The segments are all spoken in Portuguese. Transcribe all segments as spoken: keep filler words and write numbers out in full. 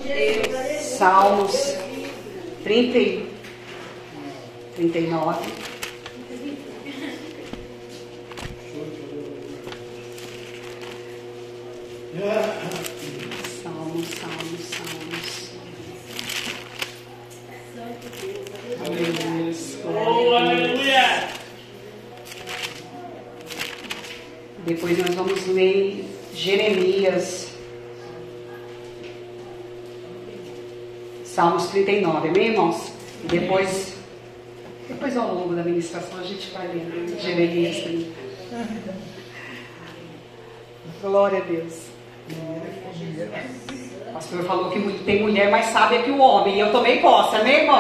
Salmos trinta, trinta e nove. Salmos, salmos, salmos. Oh, aleluia! Depois nós vamos ler Jeremias. Salmos trinta e nove, amém, irmãos? E depois, depois ao longo da ministração a gente vai lendo Jeremias trinta. Glória a Deus. O pastor falou que tem mulher mais sábia que o homem. E eu tomei posse, amém, irmãos?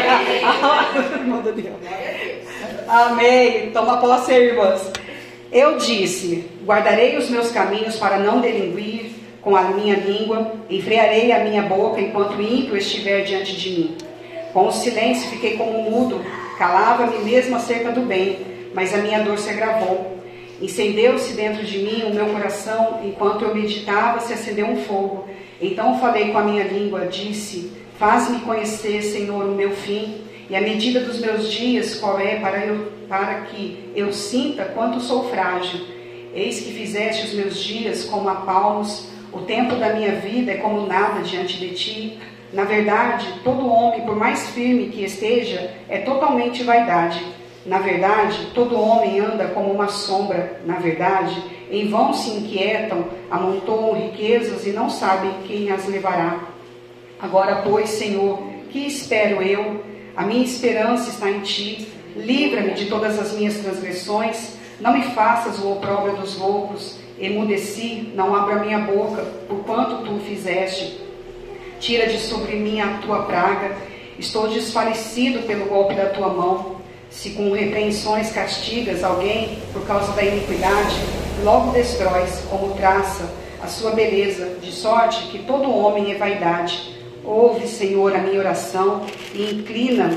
Amém. Toma posse, irmãos. Eu disse: guardarei os meus caminhos para não delinquir com a minha língua, enfriarei a minha boca enquanto o ímpio estiver diante de mim. Com o silêncio fiquei como mudo, calava-me mesmo acerca do bem, mas a minha dor se agravou. Incendeu-se dentro de mim o meu coração, enquanto eu meditava se acendeu um fogo. Então falei com a minha língua, disse: faz-me conhecer, Senhor, o meu fim, e a medida dos meus dias qual é, para, eu, para que eu sinta quanto sou frágil. Eis que fizeste os meus dias como a palmos, o tempo da minha vida é como nada diante de ti. Na verdade, todo homem, por mais firme que esteja, é totalmente vaidade. Na verdade, todo homem anda como uma sombra. Na verdade, em vão se inquietam, amontoam riquezas e não sabem quem as levará. Agora, pois, Senhor, que espero eu? A minha esperança está em ti. Livra-me de todas as minhas transgressões. Não me faças o opróbrio dos loucos. Emudeci, não abra minha boca, por quanto tu o fizeste. Tira de sobre mim a tua praga. Estou desfalecido pelo golpe da tua mão. Se com repreensões castigas alguém por causa da iniquidade, logo destróis, como traça, a sua beleza, de sorte que todo homem é vaidade. Ouve, Senhor, a minha oração e inclina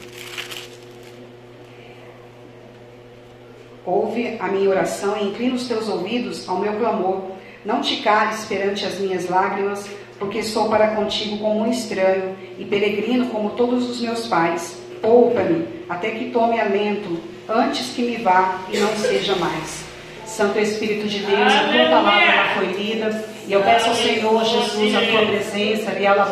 Ouve a minha oração e inclina os teus ouvidos ao meu clamor. Não te cales perante as minhas lágrimas, porque sou para contigo como um estranho e peregrino como todos os meus pais. Poupa-me, até que tome alento, antes que me vá e não seja mais. Santo Espírito de Deus, a tua palavra ela foi lida, e eu peço ao Senhor Jesus a tua presença,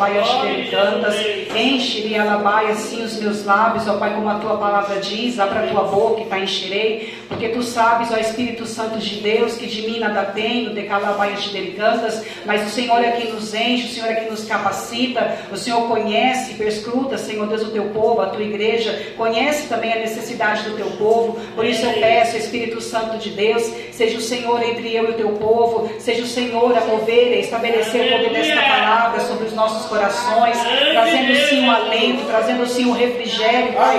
enche, Rialabai, assim os meus lábios, ó Pai, como a tua palavra diz, abra a tua boca e tá encherei, porque tu sabes, ó Espírito Santo de Deus, que de mim nada tenho, decalabai as delicantas, mas o Senhor é quem nos enche, o Senhor é quem nos capacita, o Senhor conhece, perscruta, Senhor Deus, o teu povo, a tua igreja, conhece também a necessidade do teu povo, por isso eu peço, Espírito Santo de Deus, seja o Senhor entre eu e o teu povo, seja o Senhor a mover e estabelecer o poder desta palavra sobre os nossos corações, trazendo sim o alento, trazendo sim o refrigério, Pai,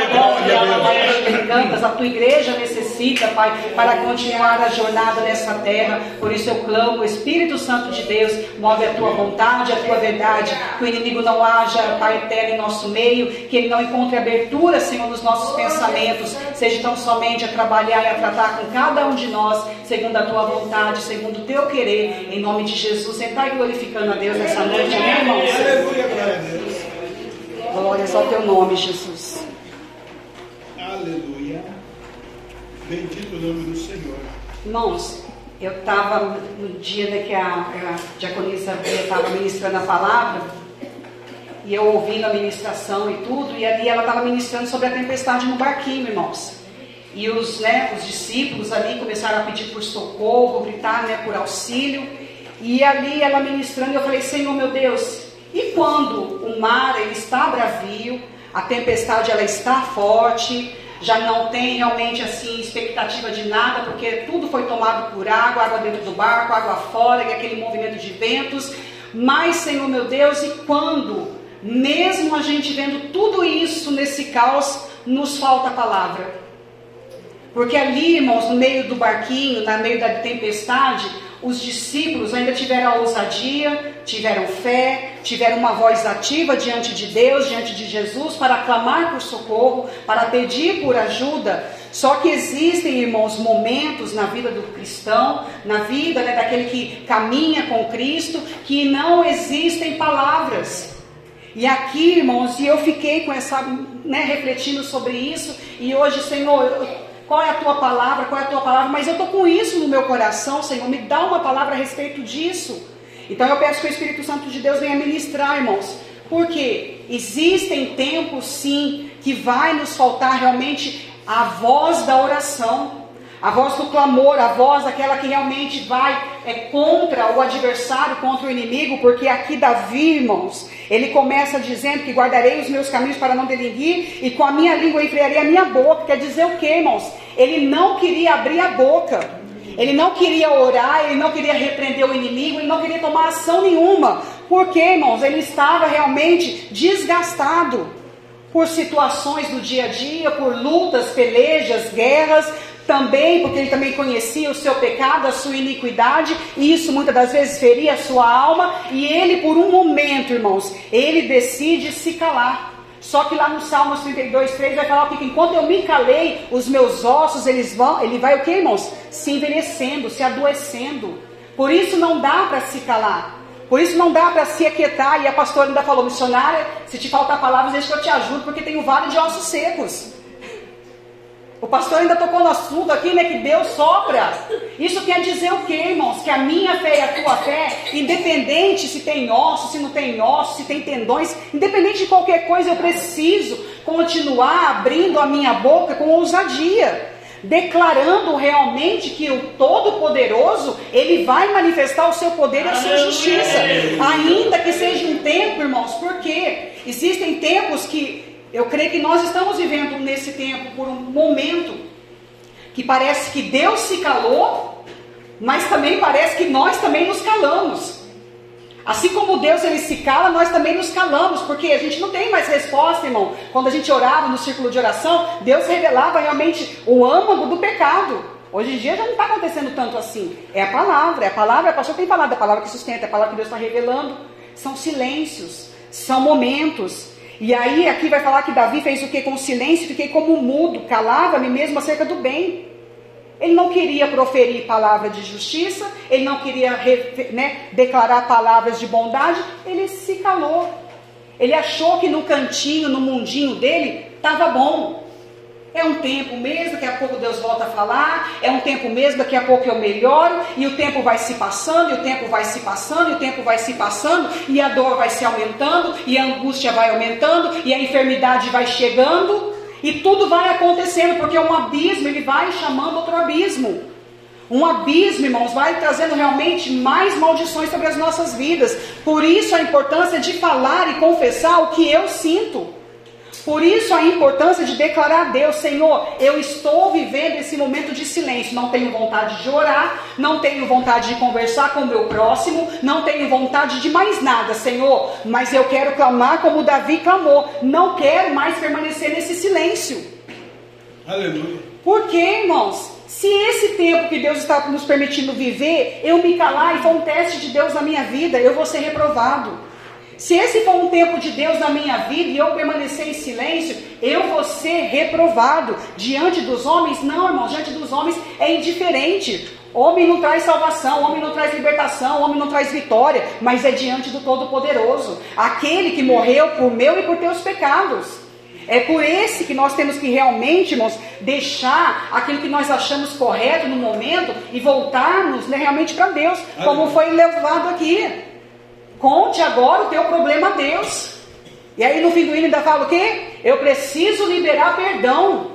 a tua igreja necessita, Pai, para continuar a jornada nessa terra. Por isso eu clamo, Espírito Santo de Deus, move a tua vontade, a tua verdade, que o inimigo não haja, Pai eterno, em nosso meio, que ele não encontre abertura, Senhor, nos nossos pensamentos, seja tão somente a trabalhar e a tratar com cada um de nós, segundo a tua vontade, segundo o teu querer, em nome de Jesus. Entrai glorificando a Deus nessa noite, amém, irmãos? Glórias ao teu nome, Jesus. Aleluia. Bendito o nome do Senhor. Irmãos, eu estava no dia né, que a, a diaconisa estava ministrando a palavra, e eu ouvindo a ministração e tudo, e ali ela estava ministrando sobre a tempestade no barquinho, irmãos. E os, né, os discípulos ali começaram a pedir por socorro, gritar, né, por auxílio. E ali ela ministrando, eu falei, Senhor meu Deus, e quando o mar ele está bravio, a tempestade ela está forte, já não tem realmente assim expectativa de nada, porque tudo foi tomado por água, água dentro do barco, água fora, e aquele movimento de ventos. Mas, Senhor meu Deus, e quando, mesmo a gente vendo tudo isso nesse caos, nos falta a palavra? Porque ali, irmãos, no meio do barquinho, no meio da tempestade, os discípulos ainda tiveram a ousadia, tiveram fé, tiveram uma voz ativa diante de Deus, diante de Jesus, para clamar por socorro, para pedir por ajuda. Só que existem, irmãos, momentos na vida do cristão, na vida né, daquele que caminha com Cristo, que não existem palavras. palavras. E aqui, irmãos, e eu fiquei com essa, né, refletindo sobre isso, e hoje, Senhor, eu, qual é a tua palavra, qual é a tua palavra, mas eu estou com isso no meu coração, Senhor, me dá uma palavra a respeito disso. Então eu peço que o Espírito Santo de Deus venha ministrar, irmãos, porque existem tempos, sim, que vai nos faltar realmente a voz da oração, a voz do clamor, a voz daquela que realmente vai é, contra o adversário, contra o inimigo, porque aqui Davi, irmãos, ele começa dizendo que guardarei os meus caminhos para não delinquir, e com a minha língua enfriarei a minha boca. Quer dizer o que, irmãos? Ele não queria abrir a boca, ele não queria orar, ele não queria repreender o inimigo, ele não queria tomar ação nenhuma, porque, irmãos, ele estava realmente desgastado por situações do dia a dia, por lutas, pelejas, guerras, também porque ele também conhecia o seu pecado, a sua iniquidade, e isso muitas das vezes feria a sua alma, e ele por um momento, irmãos, ele decide se calar. Só que lá no Salmos trinta e dois, três vai falar que enquanto eu me calei, os meus ossos, eles vão, ele vai o que, irmãos? Se envelhecendo, se adoecendo. Por isso não dá para se calar, por isso não dá para se aquietar. E a pastora ainda falou: missionária, se te faltar palavras, deixa que eu te ajudo, porque tem um vale de ossos secos. O pastor ainda tocou no assunto aqui, né, que Deus sopra. Isso quer dizer o quê, irmãos? Que a minha fé e a tua fé, independente se tem ossos, se não tem ossos, se tem tendões, independente de qualquer coisa, eu preciso continuar abrindo a minha boca com ousadia, declarando realmente que o Todo-Poderoso, Ele vai manifestar o seu poder e a sua justiça, ainda que seja um tempo, irmãos, porque existem tempos que eu creio que nós estamos vivendo nesse tempo por um momento que parece que Deus se calou, mas também parece que nós também nos calamos. Assim como Deus ele se cala, nós também nos calamos, porque a gente não tem mais resposta, irmão. Quando a gente orava no círculo de oração, Deus revelava realmente o âmago do pecado. Hoje em dia já não está acontecendo tanto assim. É a palavra, é a palavra, a pastora tem falado, a palavra que sustenta, é a palavra que Deus está revelando. São silêncios, são momentos. E aí aqui vai falar que Davi fez o que? Com silêncio, fiquei como mudo, calava-me mesmo acerca do bem. Ele não queria proferir palavra de justiça, ele não queria né, declarar palavras de bondade, ele se calou. Ele achou que no cantinho, no mundinho dele, estava bom. É um tempo mesmo, daqui a pouco Deus volta a falar, é um tempo mesmo, daqui a pouco eu melhoro, e o tempo vai se passando, e o tempo vai se passando, e o tempo vai se passando, e a dor vai se aumentando, e a angústia vai aumentando, e a enfermidade vai chegando, e tudo vai acontecendo, porque um abismo, ele vai chamando outro abismo. Um abismo, irmãos, vai trazendo realmente mais maldições sobre as nossas vidas. Por isso a importância de falar e confessar o que eu sinto. Por isso a importância de declarar a Deus: Senhor, eu estou vivendo esse momento de silêncio, não tenho vontade de orar, não tenho vontade de conversar com o meu próximo, não tenho vontade de mais nada, Senhor, mas eu quero clamar como Davi clamou, não quero mais permanecer nesse silêncio. Aleluia. Por quê, irmãos? Se esse tempo que Deus está nos permitindo viver, eu me calar e for um teste de Deus na minha vida, eu vou ser reprovado. Se esse for um tempo de Deus na minha vida e eu permanecer em silêncio, eu vou ser reprovado. Diante dos homens, não, irmãos, diante dos homens é indiferente. Homem não traz salvação, homem não traz libertação, homem não traz vitória, mas é diante do Todo-Poderoso, aquele que morreu por meu e por teus pecados. É por esse que nós temos que realmente, irmãos, deixar aquilo que nós achamos correto no momento e voltarmos, né, realmente para Deus, como foi levado aqui. Conte agora o teu problema a Deus. E aí no fim do hino ainda fala o quê? Eu preciso liberar perdão.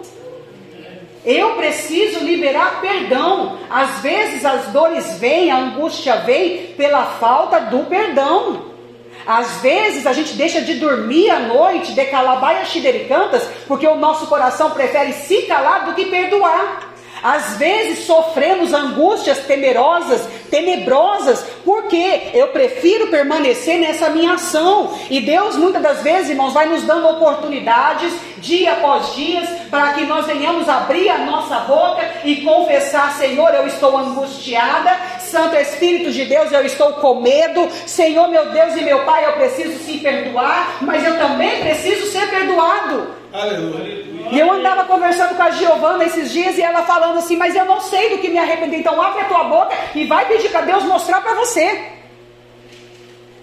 Eu preciso liberar perdão. Às vezes as dores vêm, a angústia vem pela falta do perdão. Às vezes a gente deixa de dormir à noite, de calabaia xidericantas, porque o nosso coração prefere se calar do que perdoar. Às vezes sofremos angústias temerosas, tenebrosas, porque eu prefiro permanecer nessa minha ação. E Deus muitas das vezes, irmãos, vai nos dando oportunidades, dia após dia, para que nós venhamos abrir a nossa boca e confessar: Senhor, eu estou angustiada, Santo Espírito de Deus, eu estou com medo, Senhor meu Deus e meu Pai, eu preciso sim perdoar, mas eu também preciso ser perdoado. Aleluia. E eu andava conversando com a Giovana esses dias e ela falando assim: mas eu não sei do que me arrepender. Então abre a tua boca e vai pedir para Deus mostrar para você.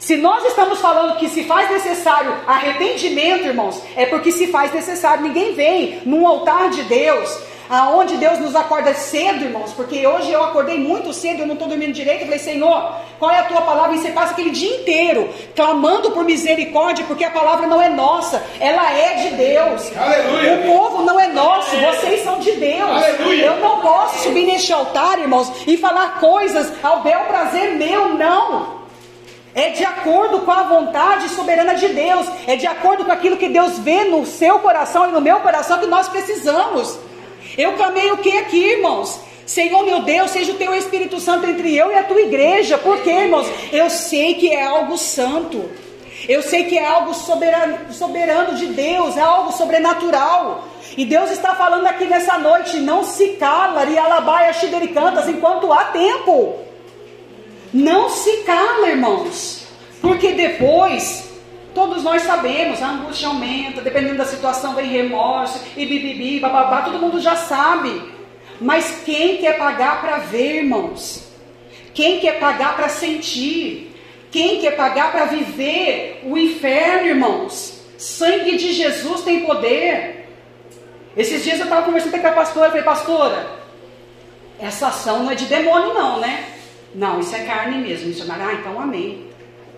Se nós estamos falando que se faz necessário arrependimento, irmãos, é porque se faz necessário. Ninguém vem num altar de Deus, aonde Deus nos acorda cedo, irmãos, porque hoje eu acordei muito cedo, eu não estou dormindo direito, eu falei, Senhor, qual é a tua palavra? E você passa aquele dia inteiro clamando por misericórdia, porque a palavra não é nossa, ela é de Deus. Aleluia. O povo não é nosso, vocês são de Deus. Aleluia. Eu não posso subir neste altar, irmãos, e falar coisas ao bel prazer meu, não. É de acordo com a vontade soberana de Deus, é de acordo com aquilo que Deus vê no seu coração e no meu coração que nós precisamos. Eu clamei o que aqui, irmãos? Senhor meu Deus, seja o teu Espírito Santo entre eu e a tua igreja. Por quê, irmãos? Eu sei que é algo santo. Eu sei que é algo soberano, soberano de Deus, é algo sobrenatural. E Deus está falando aqui nessa noite, não se cala, rialabaia, xidericantas, enquanto há tempo. Não se cala, irmãos. Porque depois... Todos nós sabemos, a angústia aumenta, dependendo da situação vem remorso, e bibibi, bababá, todo mundo já sabe. Mas quem quer pagar para ver, irmãos? Quem quer pagar para sentir? Quem quer pagar para viver o inferno, irmãos? Sangue de Jesus tem poder. Esses dias eu estava conversando com a pastora, eu falei, pastora, essa ação não é de demônio não, né? Não, isso é carne mesmo, missionário. Ah, então amém.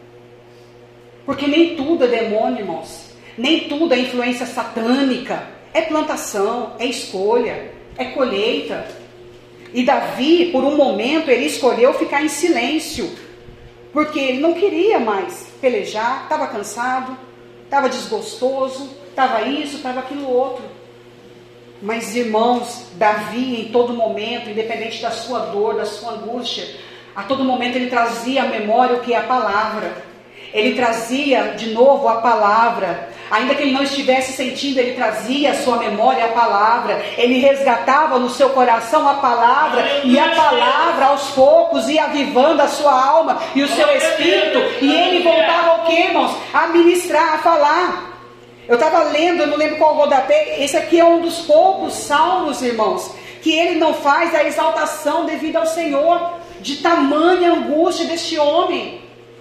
Porque nem tudo é demônio, irmãos. Nem tudo é influência satânica. É plantação, é escolha, é colheita. E Davi, por um momento, ele escolheu ficar em silêncio. Porque ele não queria mais pelejar, estava cansado, estava desgostoso, estava isso, estava aquilo outro. Mas, irmãos, Davi, em todo momento, independente da sua dor, da sua angústia, a todo momento ele trazia à memória o que é a palavra. Ele trazia de novo a palavra, ainda que ele não estivesse sentindo, ele trazia a sua memória a palavra, ele resgatava no seu coração a palavra, e a palavra aos poucos ia avivando a sua alma e o seu espírito, e ele voltava ao que, irmãos? A ministrar, a falar. Eu estava lendo, eu não lembro qual rodapé, esse aqui é um dos poucos salmos, irmãos, que ele não faz a exaltação devida ao Senhor, de tamanha angústia deste homem.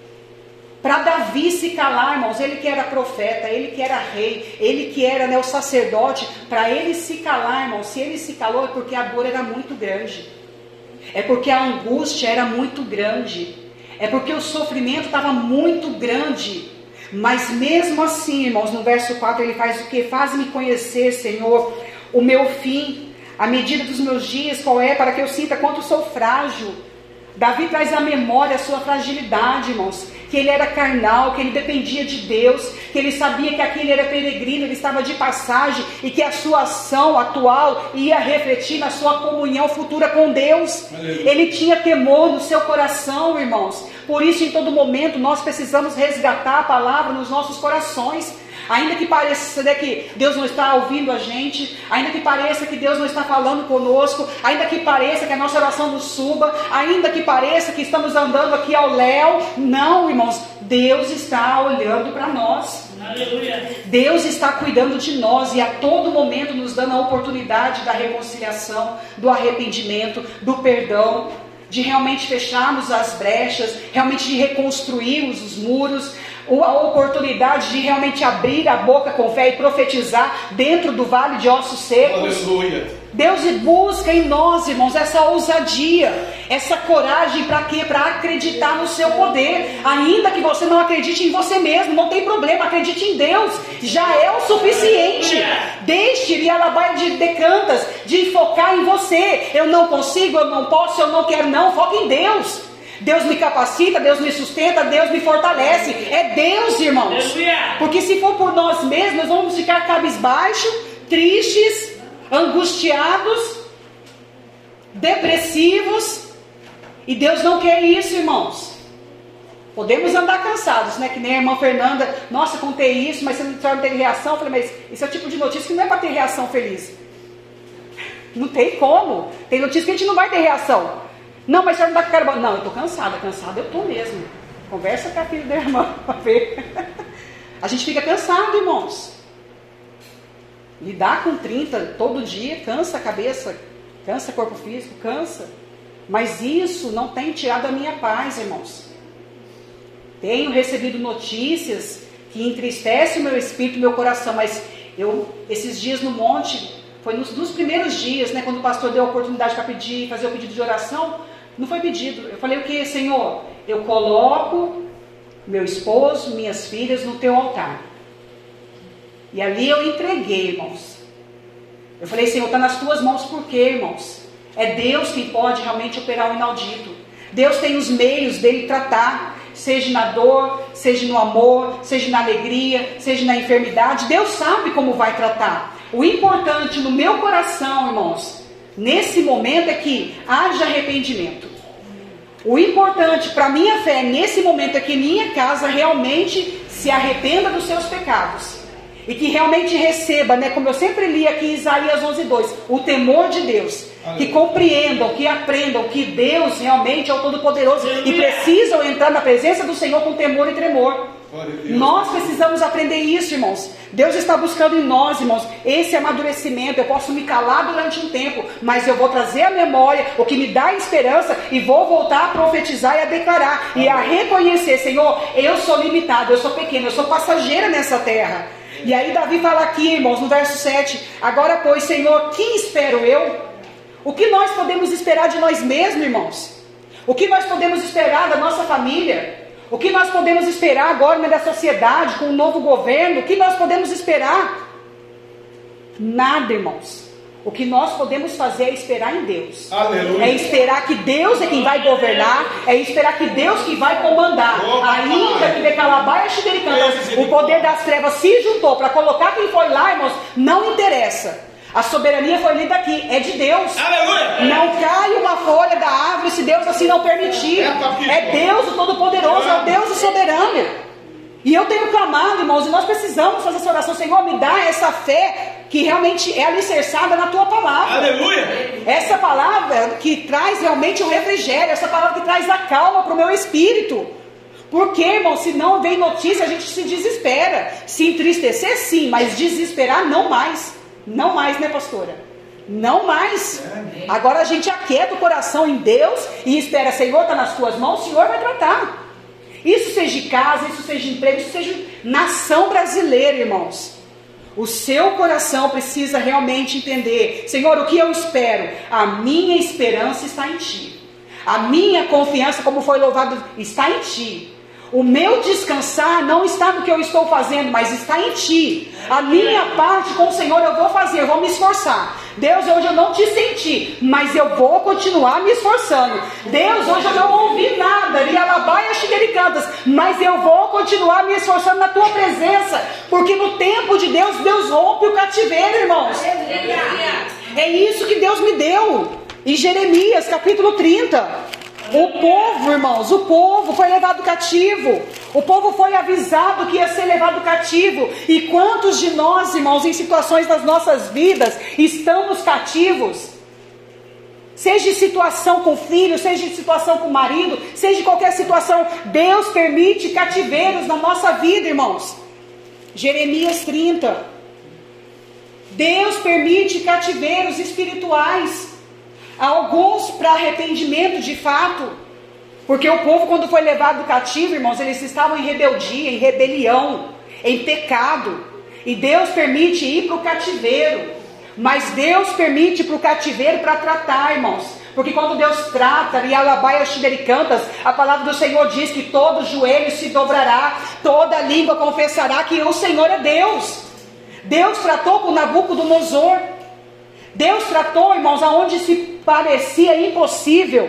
Para Davi se calar, irmãos, ele que era profeta, ele que era rei, ele que era, né, o sacerdote, para ele se calar, irmãos, se ele se calou é porque a dor era muito grande, é porque a angústia era muito grande, é porque o sofrimento estava muito grande. Mas mesmo assim, irmãos, no verso quatro ele faz o que? Faz-me conhecer, Senhor, o meu fim, a medida dos meus dias, qual é, para que eu sinta quanto sou frágil. Davi traz à memória a sua fragilidade, irmãos, que ele era carnal, que ele dependia de Deus, que ele sabia que aquele era peregrino, ele estava de passagem, e que a sua ação atual ia refletir na sua comunhão futura com Deus. Aleluia. Ele tinha temor no seu coração, irmãos. Por isso, em todo momento, nós precisamos resgatar a palavra nos nossos corações. Ainda que pareça, né, que Deus não está ouvindo a gente, ainda que pareça que Deus não está falando conosco, ainda que pareça que a nossa oração nos suba, ainda que pareça que estamos andando aqui ao léu, não, irmãos, Deus está olhando para nós. Aleluia. Deus está cuidando de nós e a todo momento nos dando a oportunidade da reconciliação, do arrependimento, do perdão, de realmente fecharmos as brechas, realmente de reconstruirmos os muros, a oportunidade de realmente abrir a boca com fé e profetizar dentro do vale de ossos secos. Aleluia. Deus busca em nós, irmãos, essa ousadia, essa coragem, para quê? Para acreditar no seu poder. Ainda que você não acredite em você mesmo, não tem problema, acredite em Deus, já é o suficiente. Deixe de alabar de decantas, de focar em você. Eu não consigo, eu não posso, eu não quero, não, foca em Deus. Deus me capacita, Deus me sustenta, Deus me fortalece. É Deus, irmãos. Porque se for por nós mesmos, nós vamos ficar cabisbaixos, tristes, angustiados, depressivos. E Deus não quer isso, irmãos. Podemos andar cansados, né? Que nem a irmã Fernanda. Nossa, contei isso, mas você não teve reação. Eu falei, mas esse é o tipo de notícia que não é para ter reação feliz. Não tem como. Tem notícia que a gente não vai ter reação. Não, mas você não está com cara... Não, eu estou cansada, cansada eu estou mesmo. Conversa com a filha da irmã para ver. A gente fica cansado, irmãos. Lidar com trinta todo dia cansa a cabeça, cansa o corpo físico, cansa. Mas isso não tem tirado a minha paz, irmãos. tenho recebido notícias que entristecem o meu espírito e meu coração, mas eu, esses dias no monte, foi nos, nos primeiros dias, né, quando o pastor deu a oportunidade para pedir, fazer o pedido de oração, não foi pedido. Eu falei o que, Senhor? Eu coloco meu esposo, minhas filhas no teu altar. E ali eu entreguei, irmãos. Eu falei, Senhor, está nas tuas mãos, por quê, irmãos? É Deus quem pode realmente operar o inaudito. Deus tem os meios dele tratar, seja na dor, seja no amor, seja na alegria, seja na enfermidade. Deus sabe como vai tratar. O importante no meu coração, irmãos, nesse momento é que haja arrependimento. O importante para a minha fé nesse momento é que minha casa realmente se arrependa dos seus pecados. E que realmente receba, né, como eu sempre li aqui em Isaías onze, dois, o temor de Deus. Que compreendam, que aprendam que Deus realmente é o Todo-Poderoso e precisam entrar na presença do Senhor com temor e tremor. Nós precisamos aprender isso, irmãos. Deus está buscando em nós, irmãos, esse amadurecimento. Eu posso me calar durante um tempo, mas eu vou trazer à memória o que me dá esperança e vou voltar a profetizar e a declarar e a reconhecer, Senhor, eu sou limitado, eu sou pequeno, eu sou passageira nessa terra. E aí Davi fala aqui, irmãos, no verso sete, agora pois, Senhor, quem espero eu? O que nós podemos esperar de nós mesmos, irmãos? O que nós podemos esperar da nossa família? O que nós podemos esperar agora da sociedade, com um novo governo? O que nós podemos esperar? Nada, irmãos. O que nós podemos fazer é esperar em Deus. Aleluia. É esperar que Deus é quem vai governar. É esperar que Deus que vai comandar. Ainda que Becalabaia Xidericantas, o poder das trevas se juntou para colocar quem foi lá, irmãos, não interessa. A soberania foi lida aqui, é de Deus. Aleluia. Não cai uma folha da árvore se Deus assim não permitir. É Deus o Todo-Poderoso, é o Deus o soberano. E eu tenho clamado, irmãos, e nós precisamos fazer essa oração. Senhor, me dá essa fé que realmente é alicerçada na tua palavra. Aleluia. Essa palavra que traz realmente o refrigério, essa palavra que traz a calma para o meu espírito. Porque, irmão, se não vem notícia, a gente se desespera. Se entristecer, sim, mas desesperar, não mais. Não mais, né, pastora? Não mais. Agora a gente aquieta o coração em Deus e espera, Senhor, está nas tuas mãos, o Senhor vai tratar. Isso seja de casa, isso seja de emprego, isso seja nação brasileira, irmãos. O seu coração precisa realmente entender, Senhor, o que eu espero? A minha esperança está em Ti. A minha confiança, como foi louvado, está em Ti. O meu descansar não está no que eu estou fazendo, mas está em Ti. A minha parte com o Senhor eu vou fazer, eu vou me esforçar. Deus, hoje eu não te senti, mas eu vou continuar me esforçando. Deus, hoje eu não ouvi nada, Rialabaia Xidericantas, mas eu vou continuar me esforçando na Tua presença, porque no tempo de Deus, Deus rompe o cativeiro, irmãos. É isso que Deus me deu. Em Jeremias capítulo trinta. O povo, irmãos, o povo foi levado cativo. O povo foi avisado que ia ser levado cativo. E quantos de nós, irmãos, em situações das nossas vidas, estamos cativos? Seja de situação com o filho, seja de situação com o marido, seja de qualquer situação, Deus permite cativeiros na nossa vida, irmãos. Jeremias trinta. Deus permite cativeiros espirituais. Alguns para arrependimento de fato, porque o povo, quando foi levado cativo, irmãos, eles estavam em rebeldia, em rebelião, em pecado, e Deus permite ir para o cativeiro. Mas Deus permite para o cativeiro para tratar, irmãos, porque quando Deus trata, Rialabaia Xidericantas, a palavra do Senhor diz que todo joelho se dobrará, toda língua confessará que o Senhor é Deus. Deus tratou com Nabucodonosor. Deus tratou, irmãos, aonde se parecia impossível.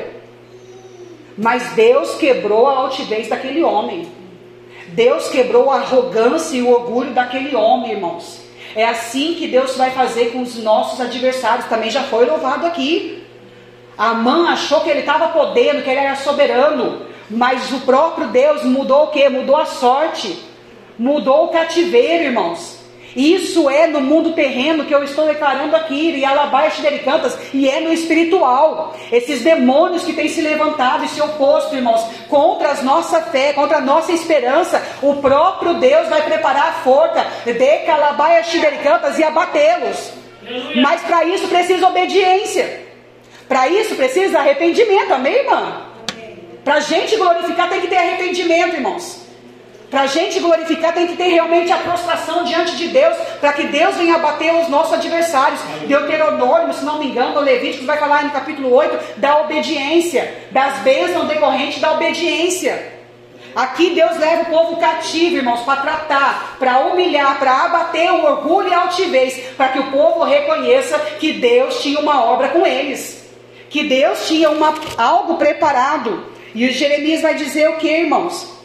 Mas Deus quebrou a altivez daquele homem. Deus quebrou a arrogância e o orgulho daquele homem, irmãos. É assim que Deus vai fazer com os nossos adversários. Também já foi louvado aqui. Amã achou que ele estava podendo, que ele era soberano. Mas o próprio Deus mudou o quê? Mudou a sorte. Mudou o cativeiro, irmãos. Isso é no mundo terreno que eu estou declarando aqui, e Alabaia Xidericantas, e é no espiritual. Esses demônios que têm se levantado e se oposto, irmãos, contra a nossa fé, contra a nossa esperança, o próprio Deus vai preparar a forca de Calabaia Xidericantas e abatê-los. Mas para isso precisa obediência. Para isso precisa arrependimento, amém, irmã? Para a gente glorificar tem que ter arrependimento, irmãos. Para a gente glorificar tem que ter realmente a prostração diante de Deus, para que Deus venha abater os nossos adversários. Deuteronômio, se não me engano, o Levítico vai falar no capítulo oito da obediência, das bênçãos decorrentes da obediência. Aqui Deus leva o povo cativo, irmãos, para tratar, para humilhar, para abater o orgulho e a altivez, para que o povo reconheça que Deus tinha uma obra com eles, que Deus tinha uma, algo preparado. E o Jeremias vai dizer o que, irmãos?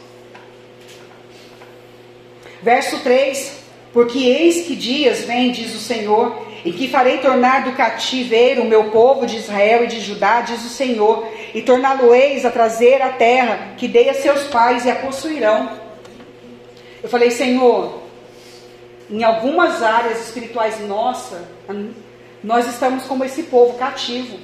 Verso três: porque eis que dias vem, diz o Senhor, e que farei tornar do cativeiro o meu povo de Israel e de Judá, diz o Senhor, e torná-lo-eis a trazer a terra que dei a seus pais, e a possuirão. Eu falei, Senhor, em algumas áreas espirituais nossas, nós estamos como esse povo cativo.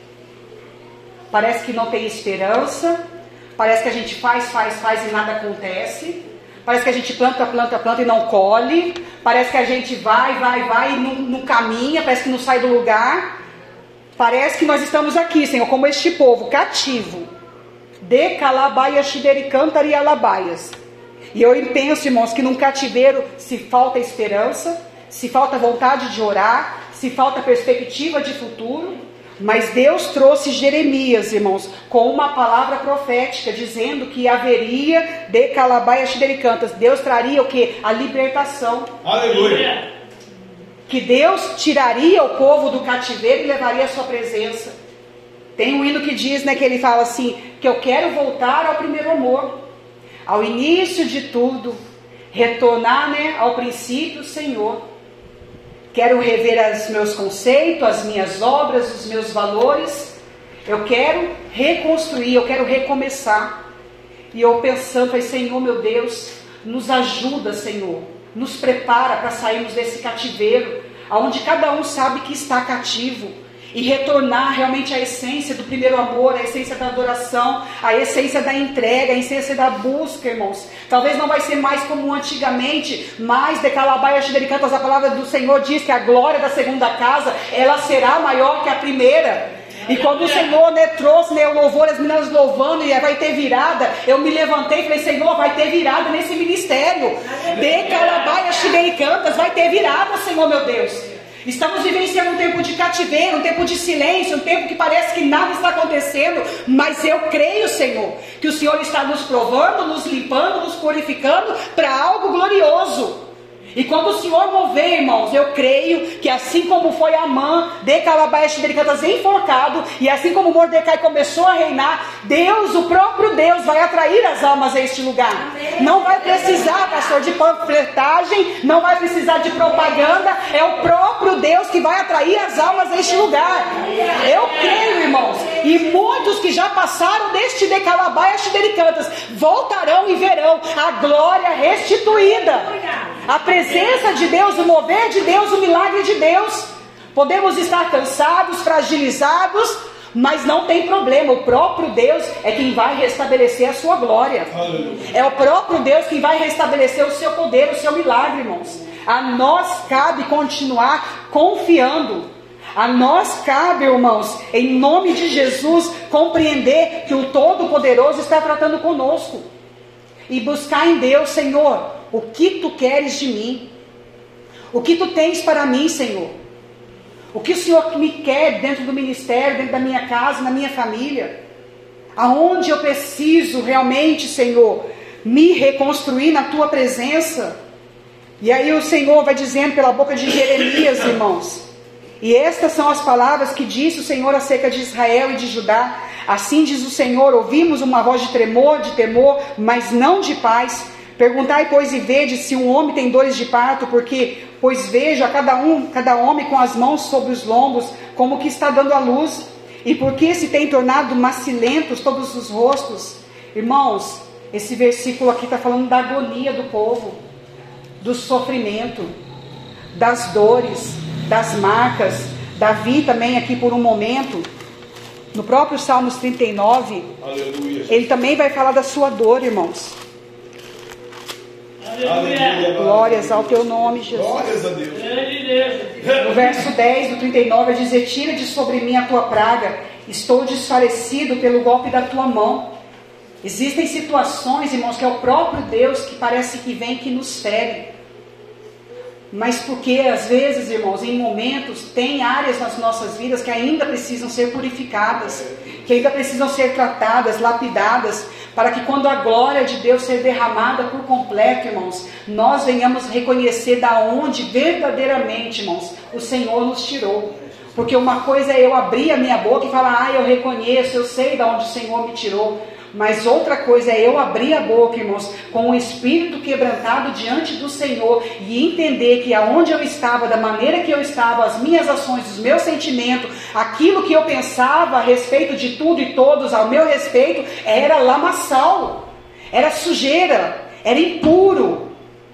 Parece que não tem esperança, parece que a gente faz, faz, faz e nada acontece. Parece que a gente planta, planta, planta e não colhe. Parece que a gente vai, vai, vai e não, não caminha. Parece que não sai do lugar. Parece que nós estamos aqui, Senhor, como este povo cativo. De calabaia, xideri, cântara e alabaias. E eu penso, irmãos, que num cativeiro se falta esperança, se falta vontade de orar, se falta perspectiva de futuro. Mas Deus trouxe Jeremias, irmãos, com uma palavra profética, dizendo que haveria de calabaia xidericantas. Deus traria o que? A libertação. Aleluia. Que Deus tiraria o povo do cativeiro e levaria a sua presença. Tem um hino que diz, né, que ele fala assim, que eu quero voltar ao primeiro amor, ao início de tudo, retornar, né, ao princípio, Senhor. Quero rever os meus conceitos, as minhas obras, os meus valores. Eu quero reconstruir, eu quero recomeçar. E eu pensando, falei, Senhor meu Deus, nos ajuda, Senhor. Nos prepara para sairmos desse cativeiro, onde cada um sabe que está cativo. E retornar realmente à essência do primeiro amor, à essência da adoração, à essência da entrega, à essência da busca, irmãos. Talvez não vai ser mais como antigamente, mas de calabaia xidericantas, a palavra do Senhor diz que a glória da segunda casa, ela será maior que a primeira. E quando o Senhor, né, trouxe, né, o louvor, as meninas louvando, e vai ter virada, eu me levantei e falei, Senhor, vai ter virada nesse ministério. De calabaia xidericantas, vai ter virada, Senhor meu Deus. Estamos vivenciando um tempo de cativeiro, um tempo de silêncio, um tempo que parece que nada está acontecendo, mas eu creio, Senhor, que o Senhor está nos provando, nos limpando, nos purificando para algo glorioso. E quando o Senhor mover, irmãos, eu creio que assim como foi Amã, de calabaia xidericantas enforcado, e assim como Mordecai começou a reinar, Deus, o próprio Deus, vai atrair as almas a este lugar. Amém. Não vai precisar, pastor, de panfletagem, não vai precisar de propaganda, é o próprio Deus que vai atrair as almas a este lugar. Eu creio, irmãos, e muitos que já passaram deste de calabaia xidericantas voltarão e verão a glória restituída, a presença de Deus, o mover de Deus, o milagre de Deus. Podemos estar cansados, fragilizados, mas não tem problema, o próprio Deus é quem vai restabelecer a sua glória. É o próprio Deus quem vai restabelecer o seu poder, o seu milagre, irmãos. A nós cabe continuar confiando. A nós cabe, irmãos, em nome de Jesus, compreender que o Todo-Poderoso está tratando conosco. E buscar em Deus, Senhor, o que Tu queres de mim? O que Tu tens para mim, Senhor? O que o Senhor me quer dentro do ministério, dentro da minha casa, na minha família? Aonde eu preciso realmente, Senhor, me reconstruir na Tua presença? E aí o Senhor vai dizendo pela boca de Jeremias, irmãos. E estas são as palavras que disse o Senhor acerca de Israel e de Judá. Assim diz o Senhor, ouvimos uma voz de tremor, de temor, mas não de paz. Perguntai, pois, e vede se um homem tem dores de parto, porque, pois vejo a cada um, cada homem com as mãos sobre os lombos, como que está dando à luz. E porque se tem tornado macilentos todos os rostos. Irmãos, esse versículo aqui está falando da agonia do povo, do sofrimento, das dores, das marcas. Davi também aqui por um momento, no próprio Salmos trinta e nove, aleluia, ele também vai falar da sua dor, irmãos. Aleluia. Glórias ao Teu nome, Jesus. Glórias a Deus. No verso dez do trinta e nove, vai dizer, tira de sobre mim a Tua praga, estou desfalecido pelo golpe da Tua mão. Existem situações, irmãos, que é o próprio Deus que parece que vem que nos fere. Mas porque às vezes, irmãos, em momentos, tem áreas nas nossas vidas que ainda precisam ser purificadas, que ainda precisam ser tratadas, lapidadas, para que quando a glória de Deus ser derramada por completo, irmãos, nós venhamos reconhecer da onde verdadeiramente, irmãos, o Senhor nos tirou. Porque uma coisa é eu abrir a minha boca e falar, ah, eu reconheço, eu sei de onde o Senhor me tirou. Mas outra coisa é eu abrir a boca, irmãos, com o espírito quebrantado diante do Senhor e entender que aonde eu estava, da maneira que eu estava, as minhas ações, os meus sentimentos, aquilo que eu pensava a respeito de tudo e todos ao meu respeito, era lamaçal, era sujeira, era impuro.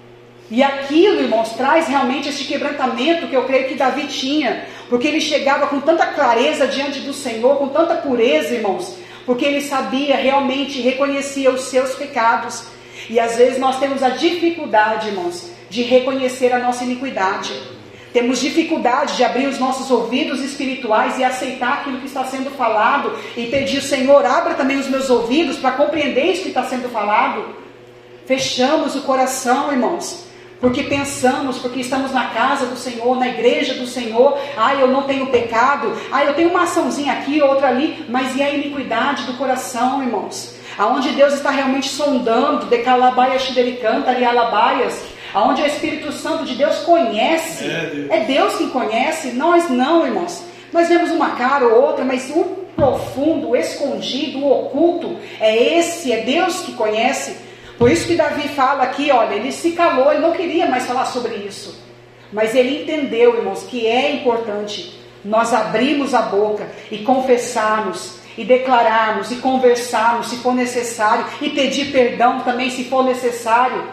E aquilo, irmãos, traz realmente este quebrantamento que eu creio que Davi tinha, porque ele chegava com tanta clareza diante do Senhor, com tanta pureza, irmãos, porque ele sabia, realmente reconhecia os seus pecados. E às vezes nós temos a dificuldade, irmãos, de reconhecer a nossa iniquidade. Temos dificuldade de abrir os nossos ouvidos espirituais e aceitar aquilo que está sendo falado e pedir, Senhor, abra também os meus ouvidos para compreender isso que está sendo falado. Fechamos o coração, irmãos, porque pensamos, porque estamos na casa do Senhor, na igreja do Senhor, ah, eu não tenho pecado, ah, eu tenho uma açãozinha aqui, outra ali, mas e a iniquidade do coração, irmãos? Aonde Deus está realmente sondando, decalabaia xidericanta, arialabaias, aonde o Espírito Santo de Deus conhece, é Deus. é Deus quem conhece, nós não, irmãos. Nós vemos uma cara ou outra, mas o profundo, o escondido, o oculto, é esse, é Deus que conhece. Por isso que Davi fala aqui, olha, ele se calou, ele não queria mais falar sobre isso. Mas ele entendeu, irmãos, que é importante nós abrirmos a boca e confessarmos, e declararmos, e conversarmos, se for necessário, e pedir perdão também, se for necessário,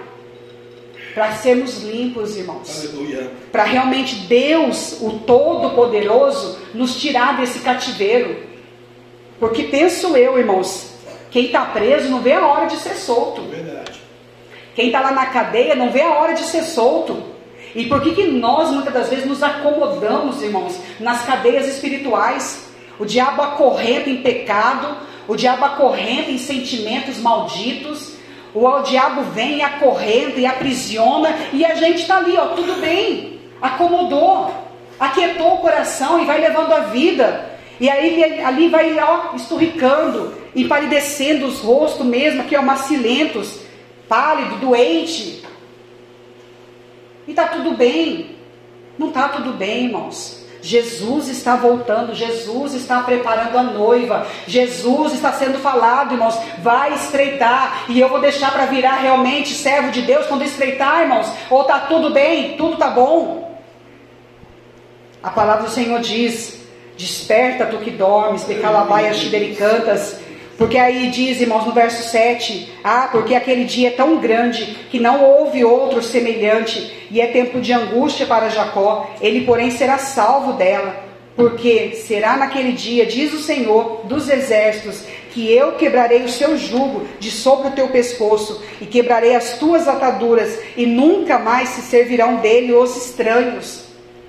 para sermos limpos, irmãos. Aleluia. Para realmente Deus, o Todo-Poderoso, nos tirar desse cativeiro. Porque penso eu, irmãos, quem está preso não vê a hora de ser solto. Verdade. Quem está lá na cadeia não vê a hora de ser solto. E por que que nós muitas das vezes nos acomodamos, irmãos, nas cadeias espirituais? O diabo acorrenta em pecado, o diabo acorrenta em sentimentos malditos, o, o diabo vem e acorrenta e aprisiona, e a gente está ali, ó, tudo bem, acomodou, aquietou o coração e vai levando a vida. E aí ali vai, ó, esturricando, empalidecendo os rostos mesmo, aqui, ó, macilentos, pálido, doente. E está tudo bem. Não está tudo bem, irmãos. Jesus está voltando, Jesus está preparando a noiva, Jesus está sendo falado, irmãos, vai estreitar, e eu vou deixar para virar realmente servo de Deus quando estreitar, irmãos. Ou está tudo bem, tudo está bom. A palavra do Senhor diz: desperta tu que dormes, de calabaias xidericantas. Porque aí diz, irmãos, no verso sete, ah, porque aquele dia é tão grande que não houve outro semelhante, e é tempo de angústia para Jacó, ele porém será salvo dela, porque será naquele dia, diz o Senhor dos exércitos, que eu quebrarei o seu jugo de sobre o teu pescoço, e quebrarei as tuas ataduras, e nunca mais se servirão dele os estranhos.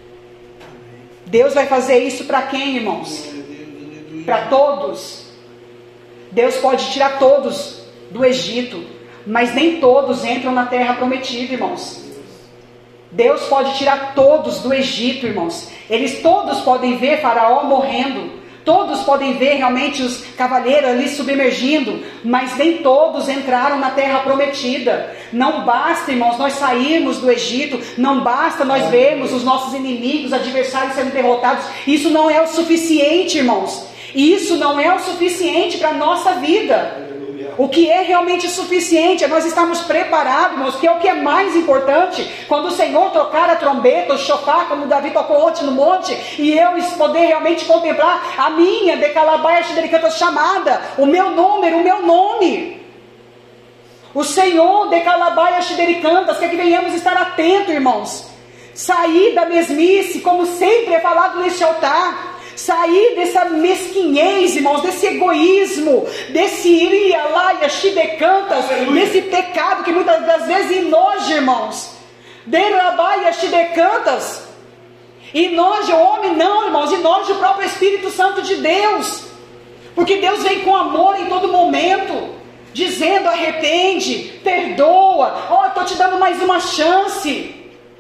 Deus vai fazer isso para quem, irmãos? Para todos. Deus pode tirar todos do Egito, mas nem todos entram na terra prometida, irmãos. Deus pode tirar todos do Egito, irmãos. Eles todos podem ver Faraó morrendo, todos podem ver realmente os cavaleiros ali submergindo, mas nem todos entraram na terra prometida. Não basta, irmãos, nós sairmos do Egito, não basta nós vermos os nossos inimigos, adversários sendo derrotados. Isso não é o suficiente, irmãos. Isso não é o suficiente para a nossa vida. O que é realmente suficiente é nós estarmos preparados, irmãos, que é o que é mais importante. Quando o Senhor tocar a trombeta, o chofar, como Davi tocou ontem no monte, e eu poder realmente contemplar a minha decalabaia xidericantas chamada, o meu número, o meu nome. O Senhor decalabaia xidericantas, quer que venhamos estar atentos, irmãos. Sair da mesmice, como sempre é falado neste altar. Sair dessa mesquinhez, irmãos, desse egoísmo, desse iria lá e xidecantas, desse pecado que muitas das vezes enoja, irmãos. Derabaia xidecantas. Enoja o homem, não, irmãos, enoja o próprio Espírito Santo de Deus. Porque Deus vem com amor em todo momento. dizendo: arrepende, perdoa, ó, oh, estou te dando mais uma chance.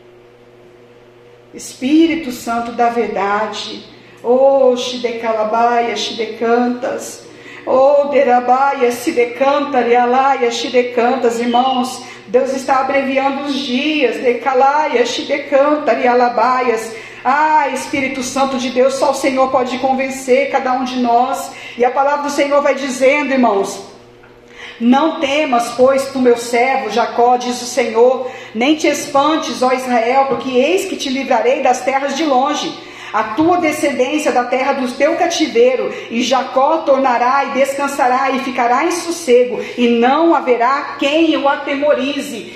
Espírito Santo da verdade, oh, Shidecalabaia, Shidecantas, oh, Derabaia, Sidecanta, Rialaia, Shidecantas, irmãos, Deus está abreviando os dias, Decalaia, Shidecanta, Rialabaias. Ah, Espírito Santo de Deus, só o Senhor pode convencer cada um de nós. E a palavra do Senhor vai dizendo, irmãos: não temas, pois, tu meu servo Jacó, diz o Senhor, nem te espantes, ó Israel, porque eis que te livrarei das terras de longe, a tua descendência da terra do teu cativeiro, e Jacó tornará e descansará e ficará em sossego, e não haverá quem o atemorize.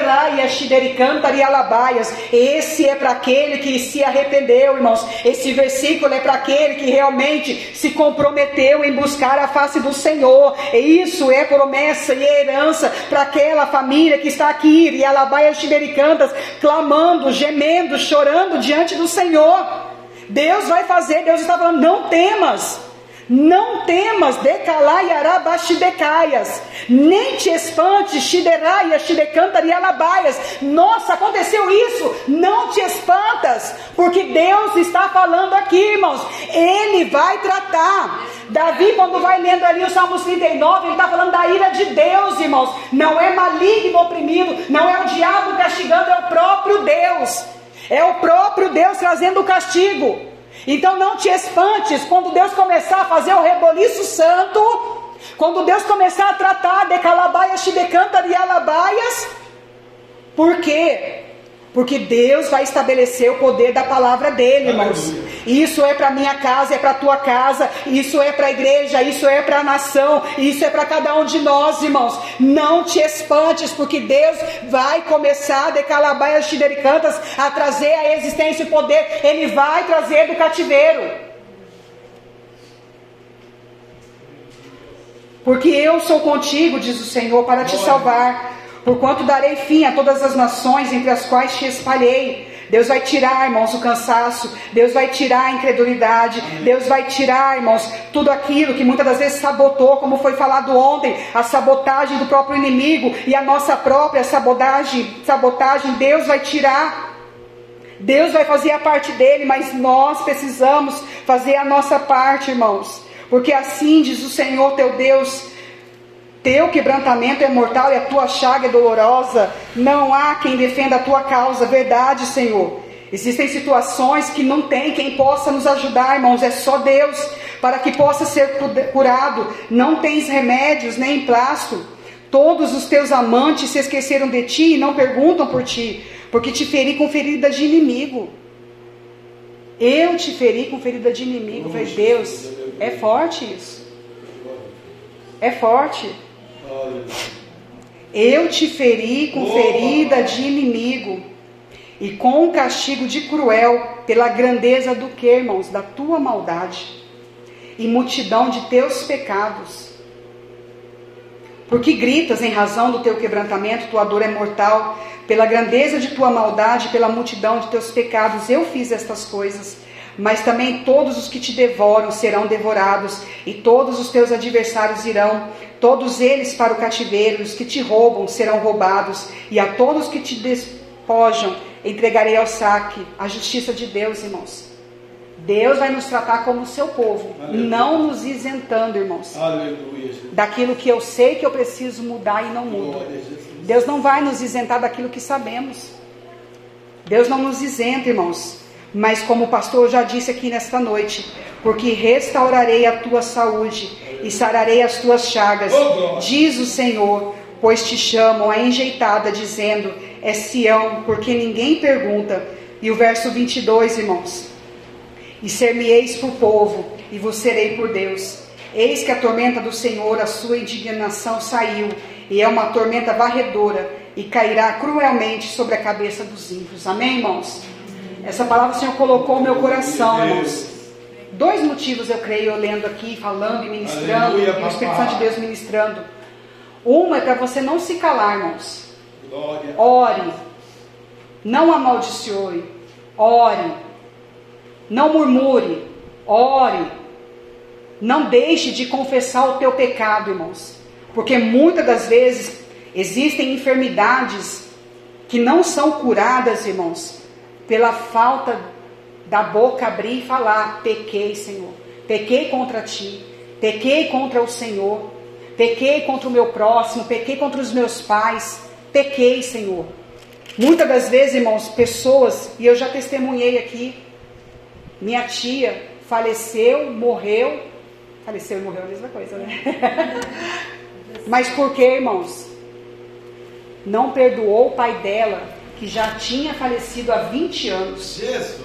Esse é para aquele que se arrependeu, irmãos. Esse versículo é para aquele que realmente se comprometeu em buscar a face do Senhor. E isso é promessa e herança para aquela família que está aqui, Rialabaia, Shidericantas, clamando, gemendo, chorando diante do Senhor. Deus vai fazer. Deus está falando: não temas, não temas, decalaiarabashidecaias, nem te espantes, shideraia, shidecantarialabaias. Nossa, aconteceu isso, não te espantas, porque Deus está falando aqui, irmãos, Ele vai tratar. Davi, quando vai lendo ali o Salmos trinta e nove, ele está falando da ira de Deus, irmãos. Não é maligno oprimido, não é o diabo castigando, é o próprio Deus. É o próprio Deus trazendo o castigo. Então não te espantes quando Deus começar a fazer o reboliço santo, quando Deus começar a tratar de calabaias, shidecanta e alabaias. Por quê? Porque Deus vai estabelecer o poder da palavra dele, irmãos. Isso é para minha casa, é para a tua casa, isso é para a igreja, isso é para a nação, isso é para cada um de nós, irmãos. Não te espantes, porque Deus vai começar de calabaias, shidericantas a trazer a existência e o poder. Ele vai trazer do cativeiro. Porque eu sou contigo, diz o Senhor, para te salvar. Porquanto darei fim a todas as nações entre as quais te espalhei. Deus vai tirar, irmãos, o cansaço. Deus vai tirar a incredulidade. Deus vai tirar, irmãos, tudo aquilo que muitas das vezes sabotou, como foi falado ontem, a sabotagem do próprio inimigo e a nossa própria sabotagem, sabotagem. Deus vai tirar. Deus vai fazer a parte dele, mas nós precisamos fazer a nossa parte, irmãos. Porque assim diz o Senhor teu Deus: teu quebrantamento é mortal e a tua chaga é dolorosa. Não há quem defenda a tua causa. Verdade, Senhor. Existem situações que não tem quem possa nos ajudar, irmãos. É só Deus para que possa ser curado. Não tens remédios nem emplasto. Todos os teus amantes se esqueceram de ti e não perguntam por ti, porque te feri com ferida de inimigo. Eu te feri com ferida de inimigo. Falei: Deus, é forte isso. É forte. Eu te feri com ferida de inimigo e com um castigo de cruel, pela grandeza do que, irmãos? Da tua maldade e multidão de teus pecados. Porque gritas em razão do teu quebrantamento, tua dor é mortal, pela grandeza de tua maldade, pela multidão de teus pecados, eu fiz estas coisas. Mas também todos os que te devoram serão devorados, e todos os teus adversários irão, todos eles para o cativeiro, os que te roubam serão roubados, e a todos que te despojam entregarei ao saque. A justiça de Deus, irmãos. Deus vai nos tratar como o seu povo. Aleluia. Não nos isentando, irmãos. Aleluia. Daquilo que eu sei que eu preciso mudar e não mudo. Deus não vai nos isentar daquilo que sabemos. Deus não nos isenta, irmãos. Mas como o pastor já disse aqui nesta noite, porque restaurarei a tua saúde e sararei as tuas chagas, oh, diz o Senhor, pois te chamam a enjeitada, dizendo: é Sião, porque ninguém pergunta. E o verso vinte e dois, irmãos: e ser-me-eis por povo, e vos serei por Deus. Eis que a tormenta do Senhor, a sua indignação saiu, e é uma tormenta varredora, e cairá cruelmente sobre a cabeça dos ímpios. Amém, irmãos? Essa palavra o Senhor colocou no meu coração, irmãos. Dois motivos eu creio, eu lendo aqui, falando e ministrando, Aleluia, e o Espírito Santo de Deus ministrando. Uma é para você não se calar, irmãos. Glória. Ore. Não amaldiçoe. Ore. Não murmure. Ore. Não deixe de confessar o teu pecado, irmãos. Porque muitas das vezes existem enfermidades que não são curadas, irmãos, pela falta da boca abrir e falar: pequei, Senhor, pequei contra ti, pequei contra o Senhor, pequei contra o meu próximo, pequei contra os meus pais, pequei, Senhor. Muitas das vezes, irmãos, pessoas, e eu já testemunhei aqui, minha tia faleceu, morreu, faleceu e morreu é a mesma coisa, né? Mas por que, irmãos? Não perdoou o pai dela, que já tinha falecido há vinte anos. Jesus.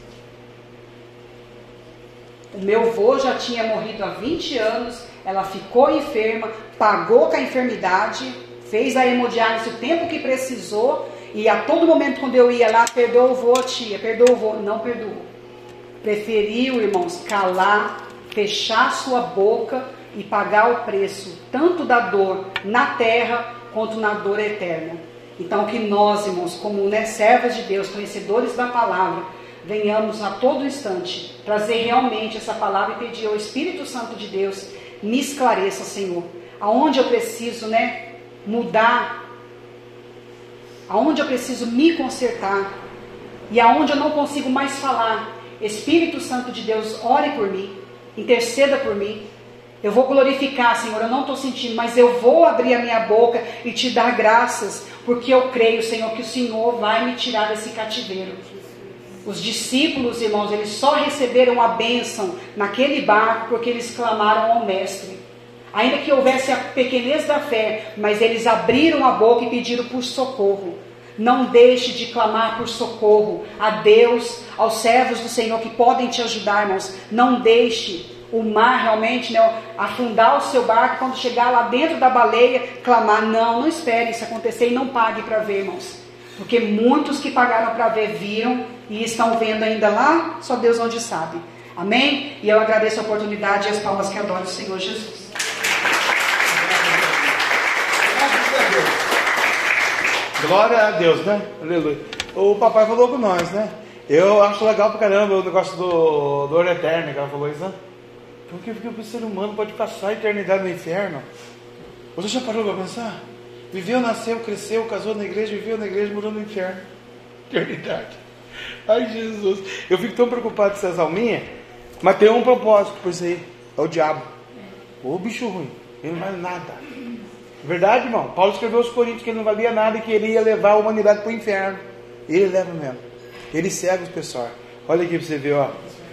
O meu avô já tinha morrido há vinte anos, ela ficou enferma, pagou com a enfermidade, fez a hemodiálise o tempo que precisou, e a todo momento quando eu ia lá: perdoa o vô, tia, perdoa o vô. Não perdoou. Preferiu, irmãos, calar, fechar sua boca e pagar o preço, tanto da dor na terra, quanto na dor eterna. Então que nós, irmãos, como né, servas de Deus, conhecedores da palavra, venhamos a todo instante trazer realmente essa palavra e pedir ao Espírito Santo de Deus: me esclareça, Senhor, aonde eu preciso né, mudar, aonde eu preciso me consertar, e aonde eu não consigo mais falar. Espírito Santo de Deus, ore por mim, interceda por mim. Eu vou glorificar, Senhor, eu não estou sentindo, mas eu vou abrir a minha boca e te dar graças, porque eu creio, Senhor, que o Senhor vai me tirar desse cativeiro. Os discípulos, irmãos, eles só receberam a bênção naquele barco porque eles clamaram ao Mestre. Ainda que houvesse a pequenez da fé, mas eles abriram a boca e pediram por socorro. Não deixe de clamar por socorro a Deus, aos servos do Senhor que podem te ajudar, irmãos. Não deixe o mar realmente né, afundar o seu barco, quando chegar lá dentro da baleia, clamar. Não, não espere isso acontecer e não pague para ver, irmãos. Porque muitos que pagaram para ver viram e estão vendo ainda lá, só Deus onde sabe. Amém? E eu agradeço a oportunidade e as palmas que adoram o Senhor Jesus. Glória a Deus, né? Aleluia. O papai falou com nós, né? Eu acho legal pra caramba o negócio do, do ouro eterno, que ela falou isso, né? Porque, porque o ser humano pode passar a eternidade no inferno. Você já parou pra pensar? Viveu, nasceu, cresceu, casou na igreja, viveu na igreja, morou no inferno. Eternidade. Ai, Jesus. Eu fico tão preocupado com essas alminhas, mas tem um propósito por isso aí. É o diabo. Ô bicho ruim. Ele não vale nada. Verdade, irmão? Paulo escreveu aos Coríntios que ele não valia nada e que ele ia levar a humanidade para o inferno. Ele leva mesmo. Ele cega os pessoal. Olha aqui para você ver, ó.